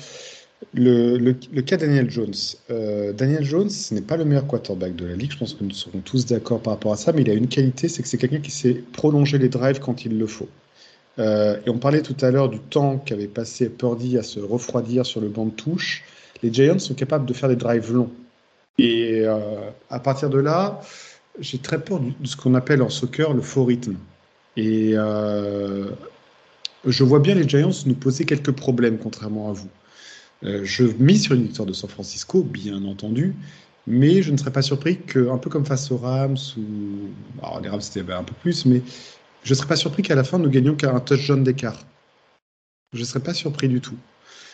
Speaker 2: le cas Daniel Jones. Daniel Jones, ce n'est pas le meilleur quarterback de la ligue, je pense que nous serons tous d'accord par rapport à ça, mais il a une qualité, c'est que c'est quelqu'un qui sait prolonger les drives quand il le faut. Et on parlait tout à l'heure du temps qu'avait passé Purdy à se refroidir sur le banc de touche. Les Giants sont capables de faire des drives longs. Et à partir de là, j'ai très peur de ce qu'on appelle en soccer le faux rythme. Et je vois bien les Giants nous poser quelques problèmes, contrairement à vous. Je mise sur une victoire de San Francisco, bien entendu, mais je ne serais pas surpris un peu comme face aux Rams, alors les Rams c'était un peu plus, mais je ne serais pas surpris qu'à la fin nous gagnions qu'à un touchdown d'écart. Je ne serais pas surpris du tout.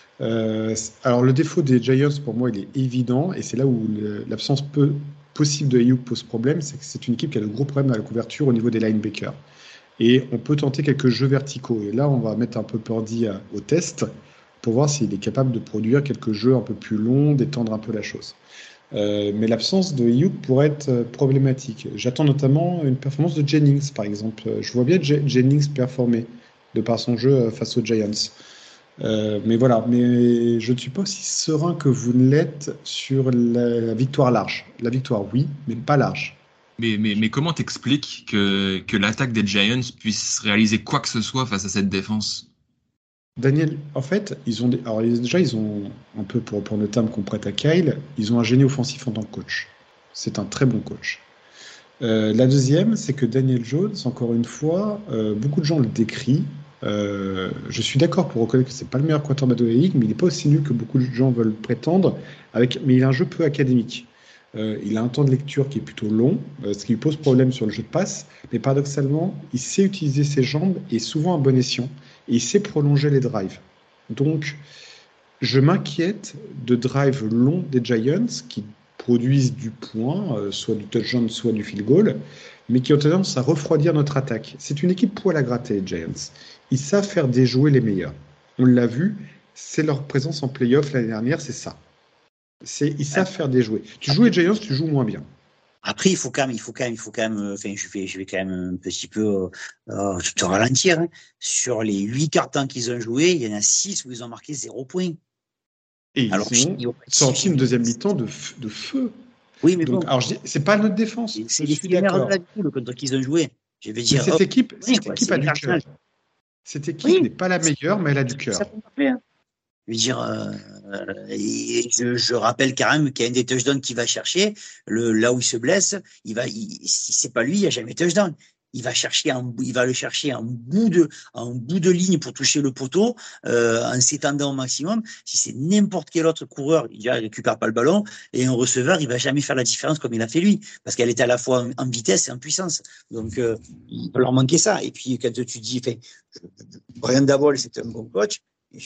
Speaker 2: Alors le défaut des Giants, pour moi, il est évident, et c'est là où l'absence possible de Ayuk pose problème, c'est que c'est une équipe qui a de gros problèmes à la couverture au niveau des linebackers. Et on peut tenter quelques jeux verticaux. Et là, on va mettre un peu Purdy au test pour voir s'il est capable de produire quelques jeux un peu plus longs, d'étendre un peu la chose. Mais l'absence de Ayuk pourrait être problématique. J'attends notamment une performance de Jennings, par exemple. Je vois bien Jennings performer de par son jeu face aux Giants. Mais voilà, mais je ne suis pas aussi serein que vous ne l'êtes sur la victoire large. La victoire, oui, mais pas large.
Speaker 1: Mais comment t'expliques que l'attaque des Giants puisse réaliser quoi que ce soit face à cette défense?
Speaker 2: Daniel, en fait, alors déjà, ils ont, un peu pour reprendre le terme qu'on prête à Kyle, ils ont un génie offensif en tant que coach. C'est un très bon coach. La deuxième, c'est que Daniel Jones, encore une fois, beaucoup de gens le décrient. Je suis d'accord pour reconnaître que c'est pas le meilleur quarterback de la ligue, mais il n'est pas aussi nul que beaucoup de gens veulent prétendre. Mais il a un jeu peu académique. Il a un temps de lecture qui est plutôt long, ce qui lui pose problème sur le jeu de passe. Mais paradoxalement, il sait utiliser ses jambes et souvent à bon escient. Et il sait prolonger les drives. Donc, je m'inquiète de drives longs des Giants qui produisent du point, soit du touchdown, soit du field goal, mais qui ont tendance à refroidir notre attaque. C'est une équipe poil à gratter, les Giants. Ils savent faire déjouer les meilleurs. On l'a vu, c'est leur présence en playoff l'année dernière, c'est ça. Ils savent faire déjouer. Tu joues les Giants, tu joues moins bien.
Speaker 3: Après, il faut quand même, enfin, je vais quand même un petit peu te ralentir. Hein. Sur les 8 cartons qu'ils ont joués, il y en a 6 où ils ont marqué 0 points.
Speaker 2: Et alors, ils ont sorti une deuxième mi-temps de feu.
Speaker 3: Oui, mais
Speaker 2: donc,
Speaker 3: bon.
Speaker 2: Alors, c'est pas notre défense.
Speaker 3: C'est les finales de la poule contre qui ils ont joué. Je vais dire.
Speaker 2: Cette équipe a du cœur. Cette équipe n'est pas la meilleure, mais elle a du cœur.
Speaker 3: Je veux dire, je rappelle quand même qu'il y a un des touchdowns qu'il va chercher, là où il se blesse, si c'est pas lui, il n'y a jamais touchdown. Il va le chercher en bout de ligne pour toucher le poteau, en s'étendant au maximum. Si c'est n'importe quel autre coureur, il récupère pas le ballon, et un receveur, il va jamais faire la différence comme il a fait lui, parce qu'elle est à la fois en vitesse et en puissance. Donc, il va leur manquer ça. Et puis, quand tu dis, Brian Daboll, c'est un bon coach,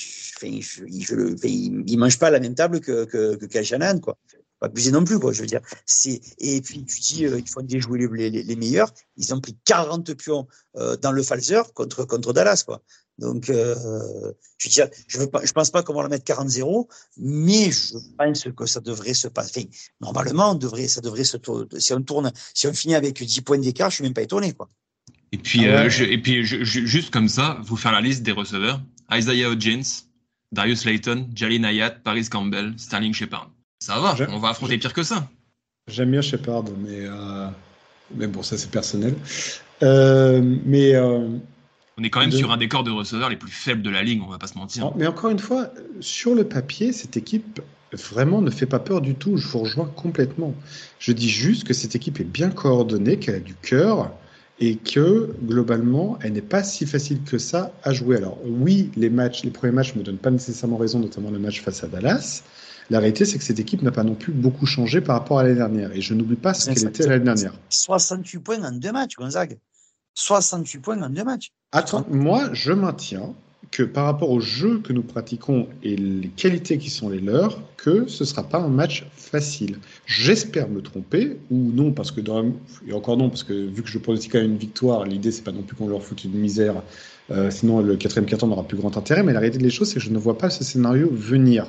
Speaker 3: il mange pas à la même table que Kyle Shanahan, quoi. Pas abuser non plus, quoi, je veux dire. Et puis, tu dis, il faut déjouer les meilleurs. Ils ont pris 40 pions dans le Falzer contre Dallas, quoi. Donc, je veux dire, je pense pas qu'on va le mettre 40-0, mais je pense que ça devrait se passer. Normalement, ça devrait si on finit avec 10 points d'écart, je suis même pas étonné, quoi.
Speaker 1: Et puis, juste comme ça, vous faire la liste des receveurs. Isaiah Hodgins, Darius Layton, Jalin Hayat, Paris Campbell, Sterling Shepard. Ça va, on va affronter pire que ça.
Speaker 2: J'aime bien Shepard, mais bon, ça c'est personnel. On
Speaker 1: est quand même sur un des corps de receveurs les plus faibles de la ligue, on va pas se mentir.
Speaker 2: Mais encore une fois, sur le papier, cette équipe vraiment ne fait pas peur du tout. Je vous rejoins complètement. Je dis juste que cette équipe est bien coordonnée, qu'elle a du cœur, et que globalement, elle n'est pas si facile que ça à jouer. Alors oui, les premiers matchs ne me donnent pas nécessairement raison, notamment le match face à Dallas. La réalité, c'est que cette équipe n'a pas non plus beaucoup changé par rapport à l'année dernière. Et je n'oublie pas ce qu'elle était l'année dernière.
Speaker 3: 68 points en 2 matchs, Gonzague. 68 points en 2 matchs.
Speaker 2: Attends, moi, je maintiens que par rapport au jeu que nous pratiquons et les qualités qui sont les leurs, que ce ne sera pas un match facile. J'espère me tromper, ou non, parce que et encore non, parce que vu que je pronostique à une victoire, l'idée c'est pas non plus qu'on leur foute une misère, sinon le quatrième quart-temps n'aura plus grand intérêt, mais la réalité des choses c'est que je ne vois pas ce scénario venir.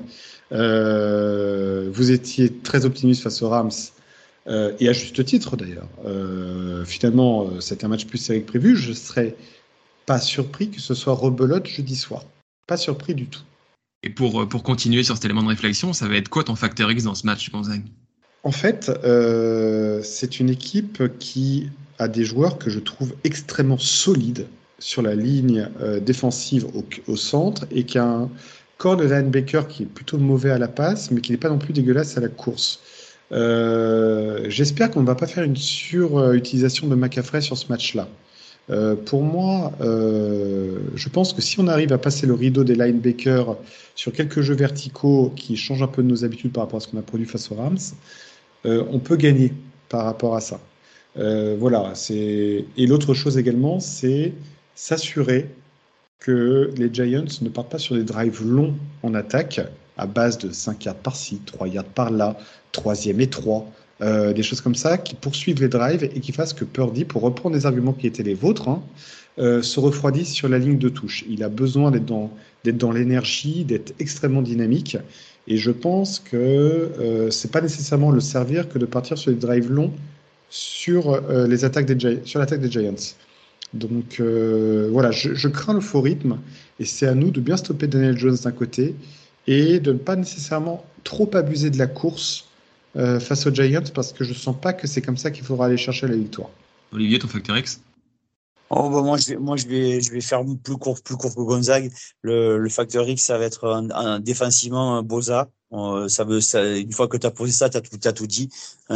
Speaker 2: Vous étiez très optimiste face aux Rams, et à juste titre d'ailleurs. Finalement, c'était un match plus serré que prévu. Je serais pas surpris que ce soit rebelote jeudi soir. Pas surpris du tout.
Speaker 1: Et pour continuer sur cet élément de réflexion, ça va être quoi ton facteur X dans ce match, Gonzague?
Speaker 2: En fait, c'est une équipe qui a des joueurs que je trouve extrêmement solides sur la ligne défensive au centre et qui a un corps de linebacker qui est plutôt mauvais à la passe, mais qui n'est pas non plus dégueulasse à la course. J'espère qu'on ne va pas faire une surutilisation de McCaffrey sur ce match-là. Pour moi, je pense que si on arrive à passer le rideau des linebackers sur quelques jeux verticaux qui changent un peu de nos habitudes par rapport à ce qu'on a produit face aux Rams, on peut gagner par rapport à ça. Voilà. Et l'autre chose également, c'est s'assurer que les Giants ne partent pas sur des drives longs en attaque à base de 5 yards par-ci, 3 yards par-là, 3e et 3. Des choses comme ça qui poursuivent les drives et qui fassent que Purdy, pour reprendre les arguments qui étaient les vôtres, se refroidisse sur la ligne de touche. Il a besoin d'être dans l'énergie, d'être extrêmement dynamique. Et je pense que c'est pas nécessairement le servir que de partir sur des drives longs sur l'attaque des Giants. Donc voilà, je crains le faux rythme et c'est à nous de bien stopper Daniel Jones d'un côté et de ne pas nécessairement trop abuser de la course face aux Giants parce que je ne sens pas que c'est comme ça qu'il faudra aller chercher la victoire.
Speaker 1: Olivier, ton facteur X?
Speaker 3: Oh, bah je vais faire plus court que Gonzague. Le facteur X, ça va être défensivement Boza. Une fois que tu as posé ça, tu as tout dit.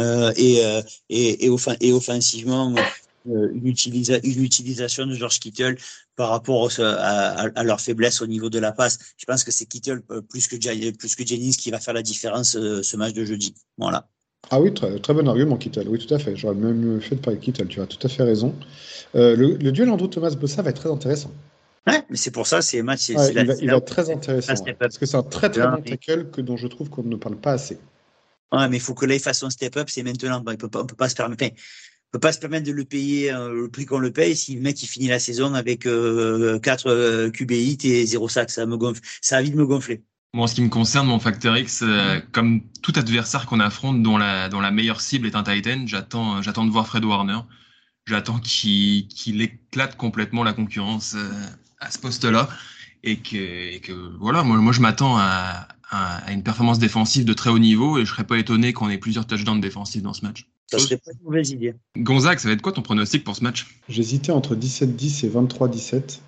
Speaker 3: Et offensivement, une utilisation de George Kittle par rapport à leur faiblesse au niveau de la passe. Je pense que c'est Kittle plus que Jennings qui va faire la différence ce match de jeudi. Voilà.
Speaker 2: Ah oui, très, très bon argument, Kittle. Oui, tout à fait. J'aurais même fait de parler de Kittle. Tu as tout à fait raison. Le duel Andrew Thomas-Bossa va être très intéressant.
Speaker 3: Ouais, mais c'est pour ça, c'est match.
Speaker 2: Il va être très intéressant. Parce que c'est un très très bon tackle dont je trouve qu'on ne parle pas assez.
Speaker 3: Ouais, mais il faut que là, il fasse son step-up, c'est maintenant. On peut pas se permettre. Enfin, on peut pas se permettre de le payer le prix qu'on le paye si le mec il finit la saison avec 4 QB hits et 0 sac. Ça me gonfle. Ça a vite me gonfler.
Speaker 1: Moi, en ce qui me concerne, mon facteur X, comme tout adversaire qu'on affronte dont la meilleure cible est un Titan, j'attends de voir Fred Warner. J'attends qu'il éclate complètement la concurrence à ce poste-là et que voilà, moi je m'attends à une performance défensive de très haut niveau et je serais pas étonné qu'on ait plusieurs touchdowns défensifs dans ce match.
Speaker 3: Ça serait pas une mauvaise idée.
Speaker 1: Gonzague, ça va être quoi ton pronostic pour ce match?
Speaker 2: J'hésitais entre 17-10 et 23-17.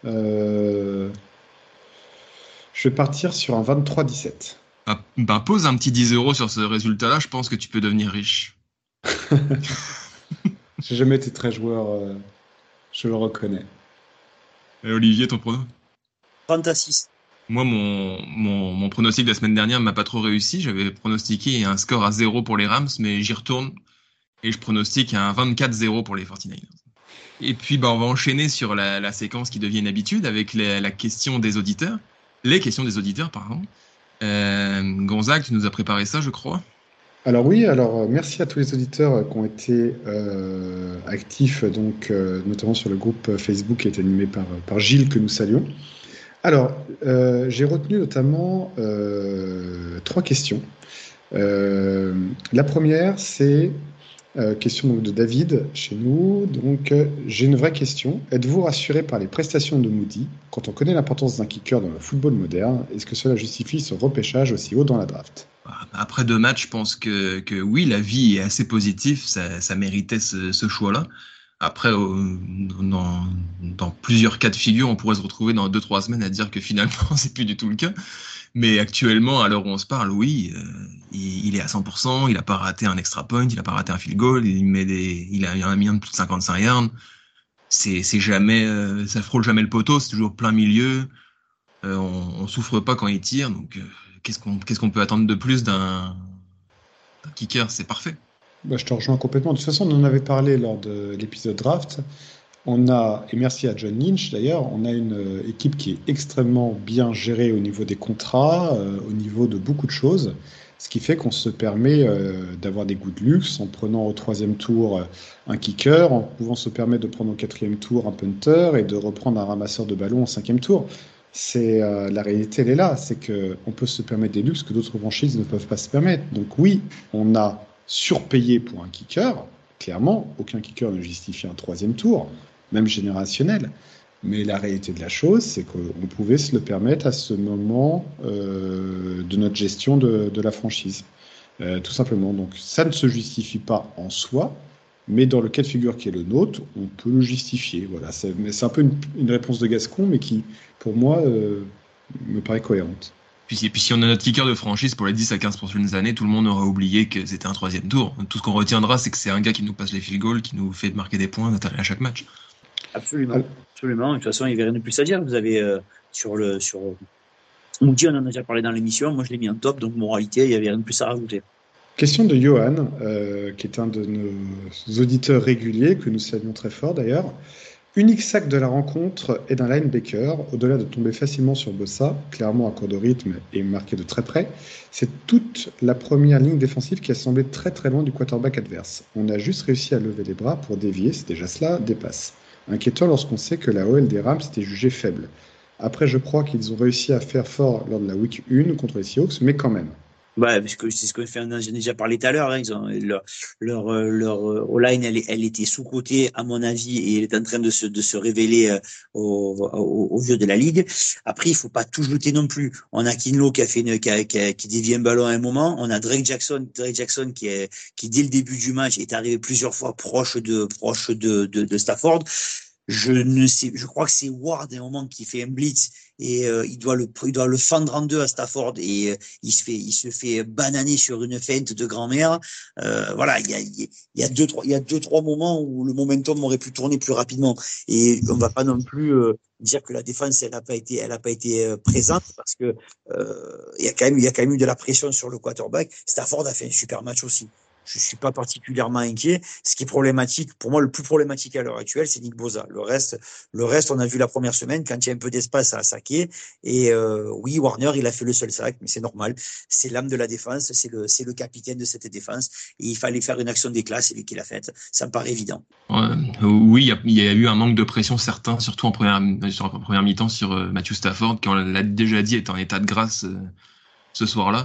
Speaker 2: Je vais partir sur un 23-17.
Speaker 1: Pose un petit 10 € sur ce résultat-là, je pense que tu peux devenir riche.
Speaker 2: J'ai jamais été très joueur, je le reconnais.
Speaker 1: Et Olivier, ton prono?
Speaker 3: 36.
Speaker 1: Moi, mon pronostic de la semaine dernière m'a pas trop réussi. J'avais pronostiqué un score à 0 pour les Rams, mais j'y retourne et je pronostique un 24-0 pour les 49ers. Et puis, on va enchaîner sur la séquence qui devient une habitude avec la question des auditeurs. Les questions des auditeurs, pardon. Gonzague, tu nous as préparé ça, je crois.
Speaker 2: Alors oui, merci à tous les auditeurs qui ont été actifs, donc notamment sur le groupe Facebook qui est animé par Gilles, que nous saluons. Alors, j'ai retenu notamment 3 questions. La première, c'est question donc, de David chez nous. Donc, j'ai une vraie question. Êtes-vous rassuré par les prestations de Moody quand on connaît l'importance d'un kicker dans le football moderne? Est-ce que cela justifie ce repêchage aussi haut dans la draft?
Speaker 1: Après 2 matchs, je pense que oui, la vie est assez positive. Ça méritait ce choix-là. Après, dans plusieurs cas de figure, on pourrait se retrouver dans 2-3 semaines à dire que finalement, c'est plus du tout le cas. Mais actuellement, à l'heure où on se parle, oui, il est à 100%, il n'a pas raté un extra point, il n'a pas raté un field goal, il a mis un de plus de 55 yards. C'est jamais, ça frôle jamais le poteau, c'est toujours plein milieu. On souffre pas quand il tire, donc qu'est-ce qu'on peut attendre de plus d'un kicker? C'est parfait.
Speaker 2: Je te rejoins complètement. De toute façon, on en avait parlé lors de l'épisode draft. Et merci à John Lynch d'ailleurs, on a une équipe qui est extrêmement bien gérée au niveau des contrats, au niveau de beaucoup de choses, ce qui fait qu'on se permet d'avoir des goûts de luxe en prenant au troisième tour un kicker, en pouvant se permettre de prendre au quatrième tour un punter et de reprendre un ramasseur de ballon au cinquième tour. La réalité, elle est là, c'est qu'on peut se permettre des luxes que d'autres franchises ne peuvent pas se permettre. Donc oui, on a surpayé pour un kicker, clairement, aucun kicker ne justifie un troisième tour, même générationnel. Mais la réalité de la chose, c'est qu'on pouvait se le permettre à ce moment de notre gestion de la franchise. Tout simplement. Donc ça ne se justifie pas en soi, mais dans le cas de figure qui est le nôtre, on peut le justifier. Voilà. C'est un peu une réponse de Gascon, mais qui, pour moi, me paraît cohérente.
Speaker 1: Et puis si on a notre kicker de franchise pour les 10 à 15 prochaines années, tout le monde aura oublié que c'était un troisième tour. Tout ce qu'on retiendra, c'est que c'est un gars qui nous passe les field goals, qui nous fait marquer des points à chaque match.
Speaker 3: Absolument, absolument. De toute façon, il n'y avait rien de plus à dire. Vous avez sur Moody, on en a déjà parlé dans l'émission. Moi, je l'ai mis en top, donc moralité, il n'y avait rien de plus à rajouter.
Speaker 2: Question de Johan, qui est un de nos auditeurs réguliers, que nous saluons très fort d'ailleurs. Unique sac de la rencontre est d'un linebacker, au-delà de tomber facilement sur Bossa, clairement à court de rythme et marqué de très près, c'est toute la première ligne défensive qui a semblé très très loin du quarterback adverse. On a juste réussi à lever les bras pour dévier, c'est déjà cela, des passes. Inquiétant lorsqu'on sait que la OL des Rams était jugée faible. Après, je crois qu'ils ont réussi à faire fort lors de la week 1 contre les Seahawks, mais quand même.
Speaker 3: Ouais, parce que c'est ce que j'en ai déjà parlé tout à l'heure. Hein, leur O-line, elle était sous-cotée, à mon avis, et elle est en train de se révéler au jeu de la ligue. Après, il faut pas tout jeter non plus. On a Kinlaw qui dévie un ballon à un moment. On a Drake Jackson qui dès le début du match est arrivé plusieurs fois proche de Stafford. Je crois que c'est Ward à un moment qui fait un blitz et il doit le fendre en deux à Stafford et il se fait bananer sur une feinte de grand-mère. Voilà, il y a deux trois moments où le momentum aurait pu tourner plus rapidement et on va pas non plus dire que la défense elle a pas été présente parce que il y a quand même eu de la pression sur le quarterback. Stafford a fait un super match aussi. Je suis pas particulièrement inquiet. Ce qui est problématique, pour moi, le plus problématique à l'heure actuelle, c'est Nick Bosa. Le reste, on a vu la première semaine, quand il y a un peu d'espace à saquer. Et oui, Warner, il a fait le seul sac, mais c'est normal. C'est l'âme de la défense, c'est le capitaine de cette défense. Et il fallait faire une action d'éclat, c'est lui qui l'a faite. Ça me paraît évident.
Speaker 1: Oui, il y a eu un manque de pression certain, surtout en première mi-temps sur Matthew Stafford, qui on l'a déjà dit est en état de grâce ce soir-là.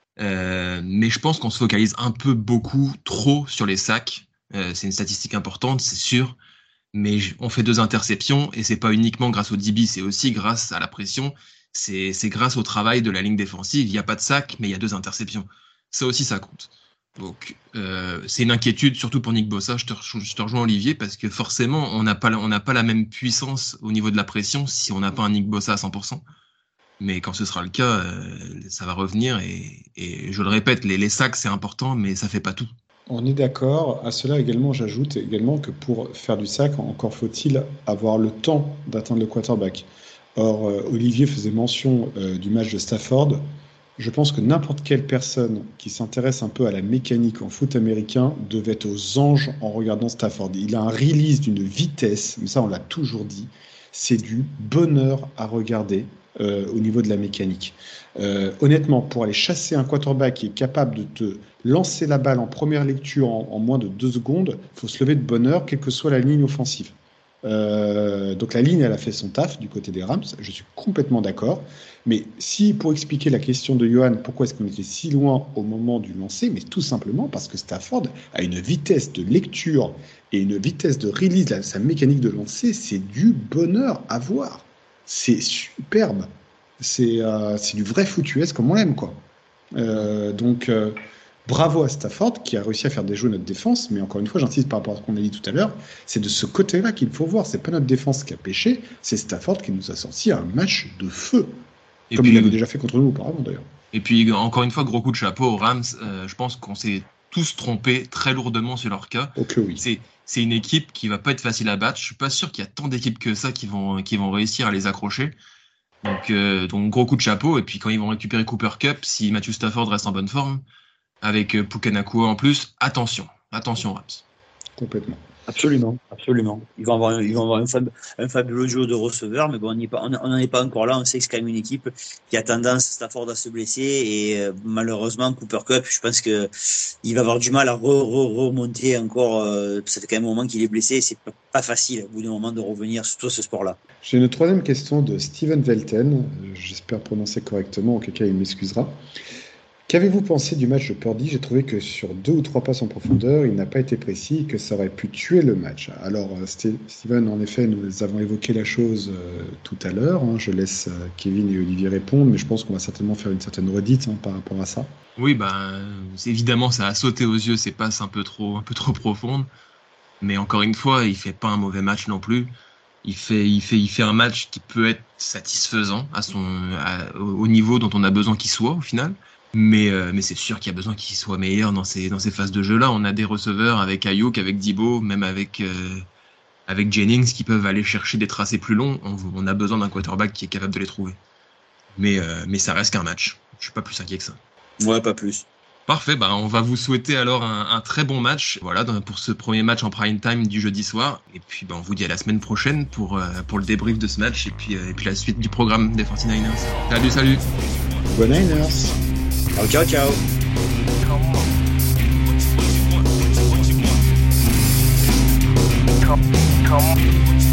Speaker 1: Mais je pense qu'on se focalise un peu beaucoup trop sur les sacs. C'est une statistique importante, c'est sûr, mais on fait 2 interceptions et c'est pas uniquement grâce au DB, c'est aussi grâce à la pression. C'est grâce au travail de la ligne défensive. Il n'y a pas de sac, mais il y a 2 interceptions. Ça aussi, ça compte. Donc, c'est une inquiétude, surtout pour Nick Bosa. Je te rejoins, Olivier, parce que forcément, on n'a pas la même puissance au niveau de la pression si on n'a pas un Nick Bosa à 100%. Mais quand ce sera le cas, ça va revenir. Et je le répète, les sacs, c'est important, mais ça fait pas tout.
Speaker 2: On est d'accord. À cela également, j'ajoute également que pour faire du sac, encore faut-il avoir le temps d'atteindre le quarterback. Or, Olivier faisait mention du match de Stafford. Je pense que n'importe quelle personne qui s'intéresse un peu à la mécanique en foot américain devait être aux anges en regardant Stafford. Il a un release d'une vitesse, mais ça on l'a toujours dit, c'est du bonheur à regarder au niveau de la mécanique. Honnêtement, pour aller chasser un quarterback qui est capable de te lancer la balle en première lecture en moins de 2 secondes, il faut se lever de bonne heure, quelle que soit la ligne offensive. Donc la ligne, elle a fait son taf du côté des Rams, je suis complètement d'accord. Mais si, pour expliquer la question de Johan, pourquoi est-ce qu'on était si loin au moment du lancer, mais tout simplement parce que Stafford a une vitesse de lecture et une vitesse de release, sa mécanique de lancer, c'est du bonheur à voir. C'est superbe. C'est du vrai foot US comme on l'aime, quoi. Donc, bravo à Stafford qui a réussi à faire déjouer notre défense, mais encore une fois, j'insiste par rapport à ce qu'on a dit tout à l'heure, c'est de ce côté-là qu'il faut voir. C'est pas notre défense qui a pêché, c'est Stafford qui nous a sorti un match de feu. Et comme il avait déjà fait contre nous auparavant, d'ailleurs.
Speaker 1: Et puis, encore une fois, gros coup de chapeau aux Rams. Je pense qu'on s'est tous trompés très lourdement sur leur cas.
Speaker 2: Ok, oui.
Speaker 1: C'est une équipe qui va pas être facile à battre. Je suis pas sûr qu'il y a tant d'équipes que ça qui vont réussir à les accrocher. Donc gros coup de chapeau. Et puis quand ils vont récupérer Cooper Kupp, si Matthew Stafford reste en bonne forme, avec Puka Nacua en plus, attention Rams.
Speaker 2: Complètement.
Speaker 3: Absolument, absolument. Ils vont avoir un fabuleux jeu de receveurs, mais bon, on n'en est pas encore là. On sait que c'est quand même une équipe qui a tendance, Stafford, à se blesser, et malheureusement, Cooper Kupp, je pense que il va avoir du mal à remonter encore. Ça fait quand même un moment qu'il est blessé, et c'est pas facile au bout d'un moment de revenir sur ce sport-là.
Speaker 2: J'ai une troisième question de Steven Velten. J'espère prononcer correctement, auquel cas il m'excusera. Qu'avez-vous pensé du match de Purdy? J'ai trouvé que sur 2 ou 3 passes en profondeur, il n'a pas été précis et que ça aurait pu tuer le match. Alors, Steven, en effet, nous avons évoqué la chose tout à l'heure. Je laisse Kevin et Olivier répondre, mais je pense qu'on va certainement faire une certaine redite par rapport à ça.
Speaker 1: Oui, évidemment, ça a sauté aux yeux, ces passes un peu trop profondes. Mais encore une fois, il fait pas un mauvais match non plus. Il fait un match qui peut être satisfaisant au niveau dont on a besoin qu'il soit au final. Mais c'est sûr qu'il y a besoin qu'il soit meilleur dans ces phases de jeu-là. On a des receveurs avec Ayuk, avec Debo, même avec Jennings qui peuvent aller chercher des tracés plus longs. On a besoin d'un quarterback qui est capable de les trouver. Mais ça reste qu'un match. Je suis pas plus inquiet que ça.
Speaker 3: Ouais, pas plus.
Speaker 1: Parfait, on va vous souhaiter alors un très bon match, voilà, pour ce premier match en prime time du jeudi soir. Et puis on vous dit à la semaine prochaine pour le débrief de ce match et puis la suite du programme des 49ers. Salut.
Speaker 2: Go Niners.
Speaker 3: Ciao, ciao.
Speaker 4: Come on.